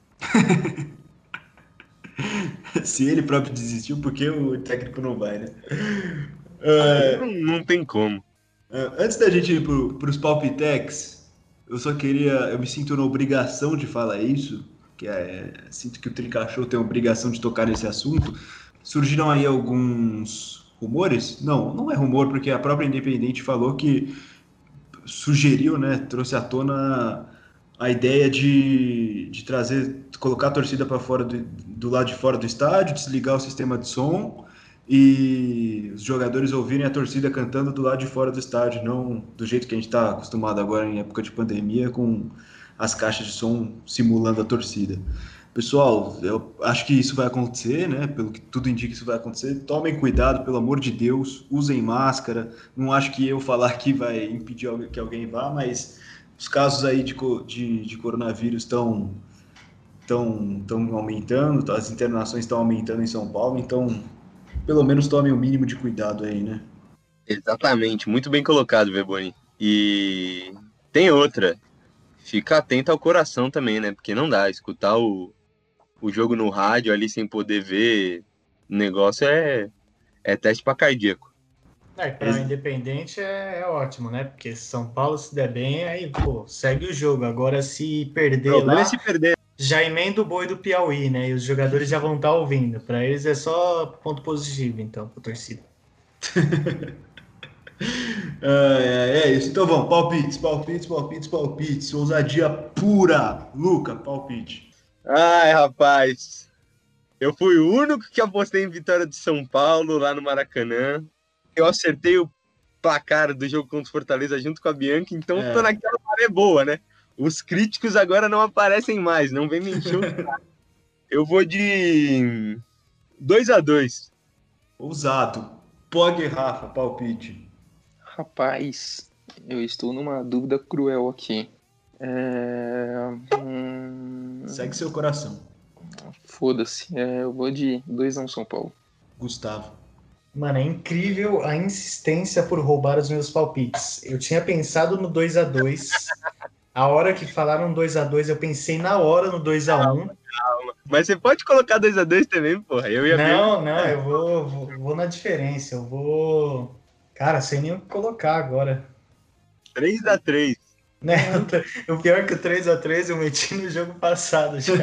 Se ele próprio desistiu, por que o técnico não vai, né? Não, não tem como. Ah, antes da gente ir para os palpitex, eu só queria. Eu me sinto na obrigação de falar isso, que é, sinto que o Trinca Show tem a obrigação de tocar nesse assunto. Surgiram aí alguns rumores? Não, não é rumor, porque a própria Independente falou que sugeriu, né, trouxe à tona a ideia de, de trazer, colocar a torcida para fora do, do lado de fora do estádio, desligar o sistema de som e os jogadores ouvirem a torcida cantando do lado de fora do estádio, não do jeito que a gente está acostumado agora em época de pandemia, com as caixas de som simulando a torcida. Pessoal, eu acho que isso vai acontecer, né? Pelo que tudo indica, isso vai acontecer. Tomem cuidado, pelo amor de Deus, usem máscara. Não acho que eu falar aqui vai impedir que alguém vá, mas os casos aí de, de, de coronavírus estão estão estão aumentando, as internações estão aumentando em São Paulo, então pelo menos tomem o mínimo de cuidado aí, né? Exatamente, muito bem colocado, Beboni. E tem outra. Fica atento ao coração também, né? Porque não dá, escutar o, o jogo no rádio ali sem poder ver, o negócio é, é teste para cardíaco. É, para Independente é, é ótimo, né? Porque se São Paulo se der bem, aí, pô, segue o jogo. Agora, se O perder problema lá, é se perder. já emenda o boi do Piauí, né? E os jogadores já vão estar ouvindo. Para eles é só ponto positivo, então, para torcida. É, é isso. Então vamos, palpites, palpites, palpites, palpites. Ousadia pura. Luca, palpite. Ai, rapaz. Eu fui o único que apostei em vitória de São Paulo lá no Maracanã. Eu acertei o placar do jogo contra o Fortaleza junto com a Bianca, então É. tô naquela maré boa, né? Os críticos agora não aparecem mais, não vem me encher o saco. Eu vou de dois a dois. Ousado. Pog Rafa, palpite. Rapaz, eu estou numa dúvida cruel aqui. É... hum, Segue seu coração. Foda-se, é, eu vou de dois a um São Paulo. Gustavo. Mano, é incrível a insistência por roubar os meus palpites. Eu tinha pensado no dois a dois, A hora que falaram dois a dois, eu pensei na hora no dois a um. Calma. Mas você pode colocar dois a dois também, porra. Eu ia ver. Não, não, eu vou, vou, vou na diferença. Eu vou. Cara, sem nem o que colocar agora. três a três. Né? O pior é que o três a três eu meti no jogo passado já.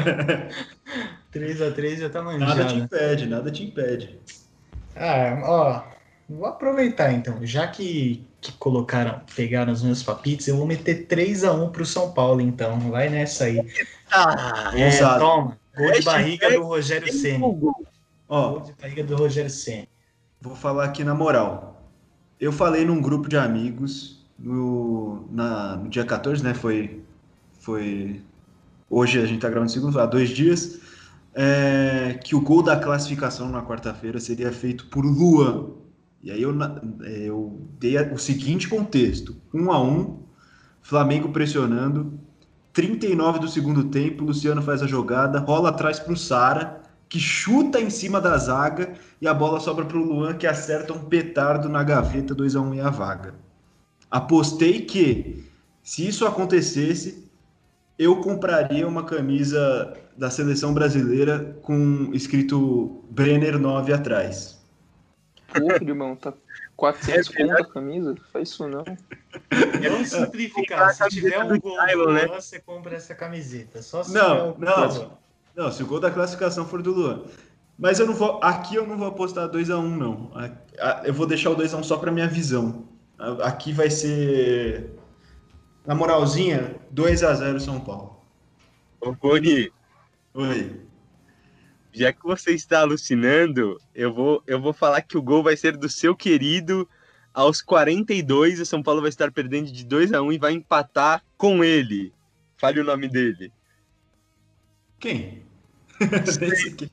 três a três já tá manjado. Nada te impede, nada te impede. Ah, ó, vou aproveitar então. Já que, que colocaram, pegaram os meus palpites, eu vou meter três a um pro São Paulo, então. Vai nessa aí. Ah, É, Ousado. toma. Gol de Hashtag barriga do Rogério Ceni. Gol Ó, de barriga do Rogério Ceni. vou falar aqui na moral. Eu falei num grupo de amigos no, na, no dia quatorze, né? Foi, foi. Hoje a gente tá gravando segundo, há dois dias. É, que o gol da classificação na quarta-feira seria feito por Luan. E aí eu, na- eu dei a- o seguinte contexto: um a um, Flamengo pressionando. trinta e nove do segundo tempo, Luciano faz a jogada, rola atrás para o Sara, que chuta em cima da zaga e a bola sobra para o Luan, que acerta um petardo na gaveta, dois a um e a vaga. Apostei que, se isso acontecesse, eu compraria uma camisa da seleção brasileira com escrito Brenner nove atrás. Porra, irmão, tá quatrocentos conto a camisa? Faz isso não. Vamos simplificar. Se tiver um gol do Luan, você compra essa camiseta. Só se Não, tiver um gol do não. Luan. Não, se o gol da classificação for do Luan. Mas eu não vou. Aqui eu não vou apostar dois a um, não. A- a- Eu vou deixar o dois a um só pra minha visão. A- Aqui vai ser. Na moralzinha, dois a zero São Paulo. Ô, Boni, Oi. já que você está alucinando, eu vou, eu vou falar que o gol vai ser do seu querido aos quarenta e dois. O São Paulo vai estar perdendo de dois a um e vai empatar com ele. Fale o nome dele. Quem? Esse aqui.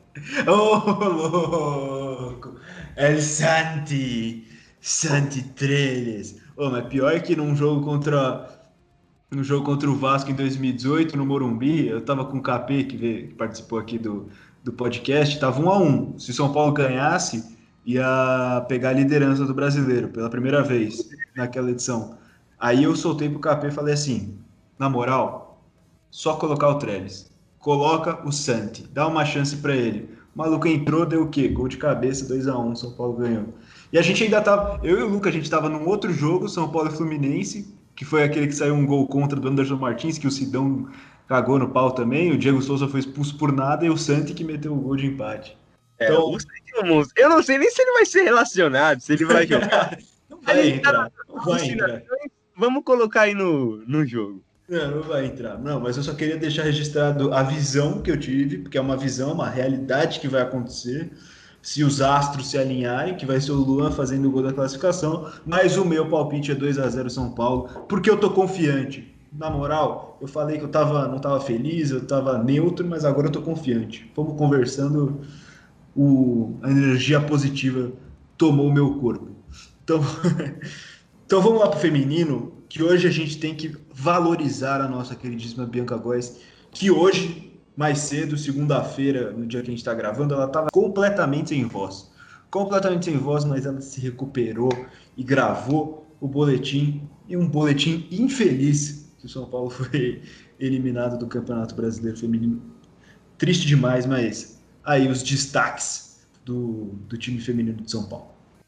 Ô, louco! El Santi! Santi Trellis! Ô, mas pior que num jogo contra. No jogo contra o Vasco em dois mil e dezoito, no Morumbi, eu tava com o K P, que, veio, que participou aqui do, do podcast, tava um a um. Se o São Paulo ganhasse, ia pegar a liderança do brasileiro pela primeira vez naquela edição. Aí eu soltei pro K P e falei assim: na moral, só colocar o Trellis. Coloca o Santi, dá uma chance pra ele. O maluco entrou, deu o quê? Gol de cabeça, dois a um, São Paulo ganhou. E a gente ainda tava, eu e o Luca, a gente tava num outro jogo, São Paulo e Fluminense, que foi aquele que saiu um gol contra do Anderson Martins, que o Sidão cagou no pau também, o Diego Souza foi expulso por nada e o Santi que meteu o gol de empate. É, Então- o Santi é um monstro. Eu não sei nem se ele vai ser relacionado, se ele vai jogar. Não vai Ele tá entrar, não vai entrar. Vamos colocar aí no, no jogo. Não, não vai entrar. Não, mas eu só queria deixar registrado a visão que eu tive, porque é uma visão, uma realidade que vai acontecer. Se os astros se alinharem, que vai ser o Luan fazendo o gol da classificação, mas o meu palpite é dois a zero São Paulo, porque eu tô confiante. Na moral, eu falei que eu tava, não tava feliz, eu tava neutro, mas agora eu tô confiante. Fomos conversando, o, a energia positiva tomou o meu corpo. Então, então vamos lá pro feminino, que hoje a gente tem que valorizar a nossa queridíssima Bianca Góes, que hoje, mais cedo, segunda-feira, no dia que a gente está gravando, ela estava completamente sem voz. Completamente sem voz, mas ela se recuperou e gravou o boletim, e um boletim infeliz, que o São Paulo foi eliminado do Campeonato Brasileiro Feminino. Triste demais, mas aí os destaques do, do time feminino de São Paulo.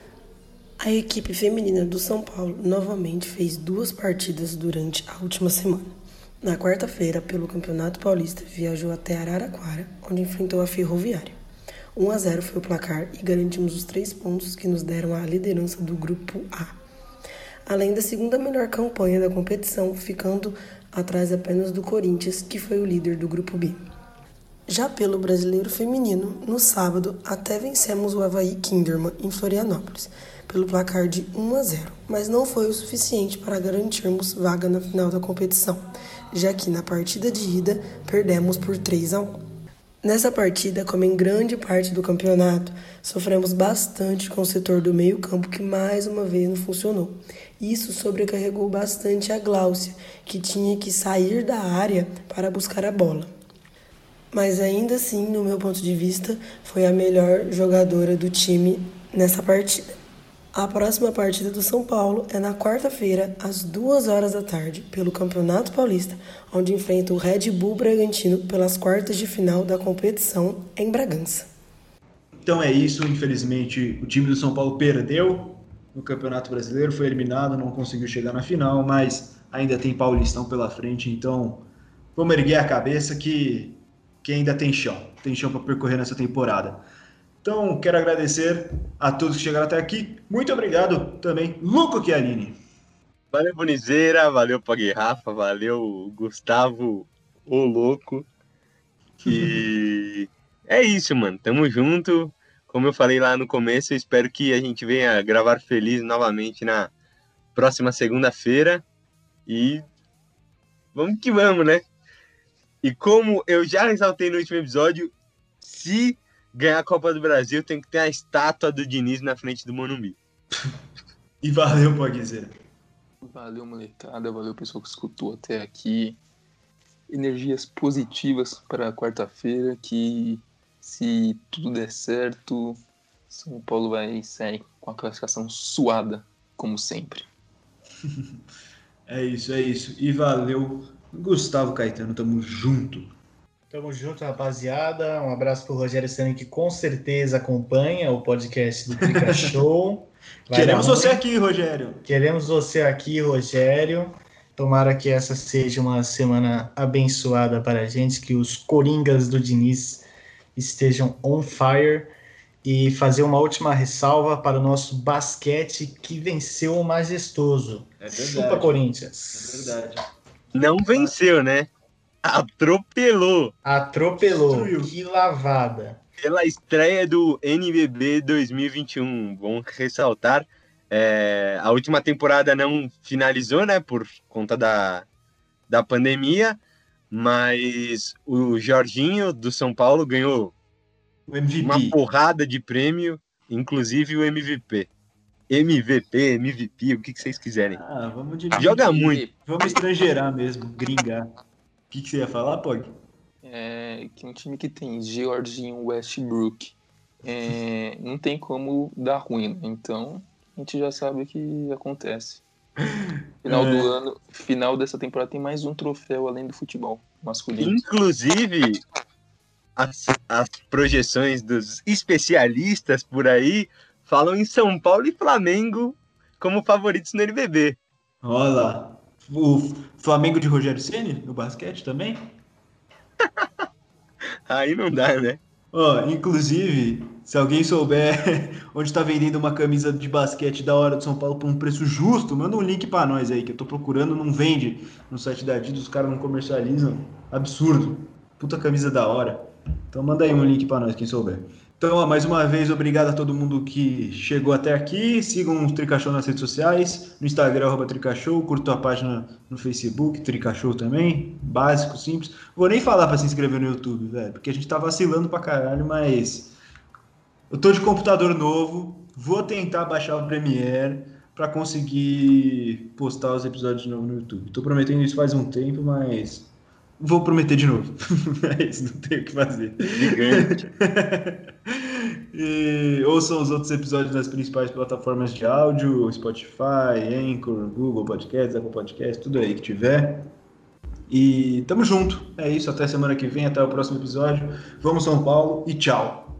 A equipe feminina do São Paulo novamente fez duas partidas durante a última semana. Na quarta-feira, pelo Campeonato Paulista, viajou até Araraquara, onde enfrentou a Ferroviária. um a zero foi o placar e garantimos os três pontos que nos deram a liderança do Grupo A. Além da segunda melhor campanha da competição, ficando atrás apenas do Corinthians, que foi o líder do Grupo B. Já pelo Brasileiro Feminino, no sábado, até vencemos o Avaí Kinderman em Florianópolis, pelo placar de um a zero, mas não foi o suficiente para garantirmos vaga na final da competição, já que na partida de ida perdemos por três a um. Nessa partida, como em grande parte do campeonato, sofremos bastante com o setor do meio-campo que mais uma vez não funcionou. Isso sobrecarregou bastante a Gláucia, que tinha que sair da área para buscar a bola. Mas ainda assim, no meu ponto de vista, foi a melhor jogadora do time nessa partida. A próxima partida do São Paulo é na quarta-feira, às duas horas da tarde, pelo Campeonato Paulista, onde enfrenta o Red Bull Bragantino pelas quartas de final da competição em Bragança. Então é isso, infelizmente o time do São Paulo perdeu no Campeonato Brasileiro, foi eliminado, não conseguiu chegar na final, mas ainda tem Paulistão pela frente, então vamos erguer a cabeça que, que ainda tem chão, tem chão para percorrer nessa temporada. Então, quero agradecer a todos que chegaram até aqui. Muito obrigado também, Luco Chialini. Valeu, Bonizeira. Valeu, Pog Rafa. Valeu, Gustavo, o louco. E é isso, mano. Tamo junto. Como eu falei lá no começo, eu espero que a gente venha gravar feliz novamente na próxima segunda-feira. E vamos que vamos, né? E como eu já ressaltei no último episódio, se ganhar a Copa do Brasil, tem que ter a estátua do Diniz na frente do Morumbi. E valeu, Pogzeira. Valeu, molecada. Valeu, pessoal que escutou até aqui. Energias positivas para quarta-feira, que se tudo der certo, São Paulo vai sair com a classificação suada, como sempre. É isso, é isso. E valeu, Gustavo Caetano. Tamo junto. Tamo junto, rapaziada. Um abraço pro Rogério Ceni, que com certeza acompanha o podcast do Trica Show. Vai Queremos dar você muito. aqui, Rogério. Queremos você aqui, Rogério. Tomara que essa seja uma semana abençoada para a gente, que os coringas do Diniz estejam on fire. E fazer uma última ressalva para o nosso basquete, que venceu o majestoso. É verdade. Chupa, Corinthians. É verdade. Não venceu, né? Atropelou. Atropelou. Destruiu. Que lavada. Pela estreia do N B B dois mil e vinte e um, bom ressaltar, é, a última temporada não finalizou, né, por conta da, da pandemia, mas o Jorginho do São Paulo ganhou O M V P. uma porrada de prêmio, inclusive o M V P. M V P, M V P, o que, que vocês quiserem. Ah, vamos de Joga muito. Vamos estrangeirar mesmo, gringar. O que, que você ia falar, Pog? É, que um time que tem Jorginho, Westbrook, é, não tem como dar ruim, né? Então a gente já sabe o que acontece. Final É. do ano, final dessa temporada tem mais um troféu além do futebol masculino. Inclusive, as, as projeções dos especialistas por aí falam em São Paulo e Flamengo como favoritos no N B B. Olha lá. O Flamengo de Rogério Ceni no basquete também? Aí não dá, né? Ó, inclusive, se alguém souber onde tá vendendo uma camisa de basquete da hora do São Paulo por um preço justo, manda um link pra nós aí, que eu tô procurando, não vende no site da Adidas, os caras não comercializam. Absurdo. Puta camisa da hora. Então manda aí um link pra nós, quem souber. Então, ó, mais uma vez, obrigado a todo mundo que chegou até aqui. Sigam o Tricashow nas redes sociais, no Instagram, arroba Tricashow, curtam a página no Facebook, Tricashow também, básico, simples. Vou nem falar pra se inscrever no YouTube, velho, porque a gente tá vacilando pra caralho, mas eu tô de computador novo, vou tentar baixar o Premiere pra conseguir postar os episódios de novo no YouTube. Tô prometendo isso faz um tempo, mas vou prometer de novo. Mas não tenho o que fazer. Gigante. E ouçam os outros episódios nas principais plataformas de áudio, Spotify, Anchor, Google Podcasts, Apple Podcasts, tudo aí que tiver. E tamo junto. É isso, até semana que vem, até o próximo episódio. Vamos São Paulo e tchau.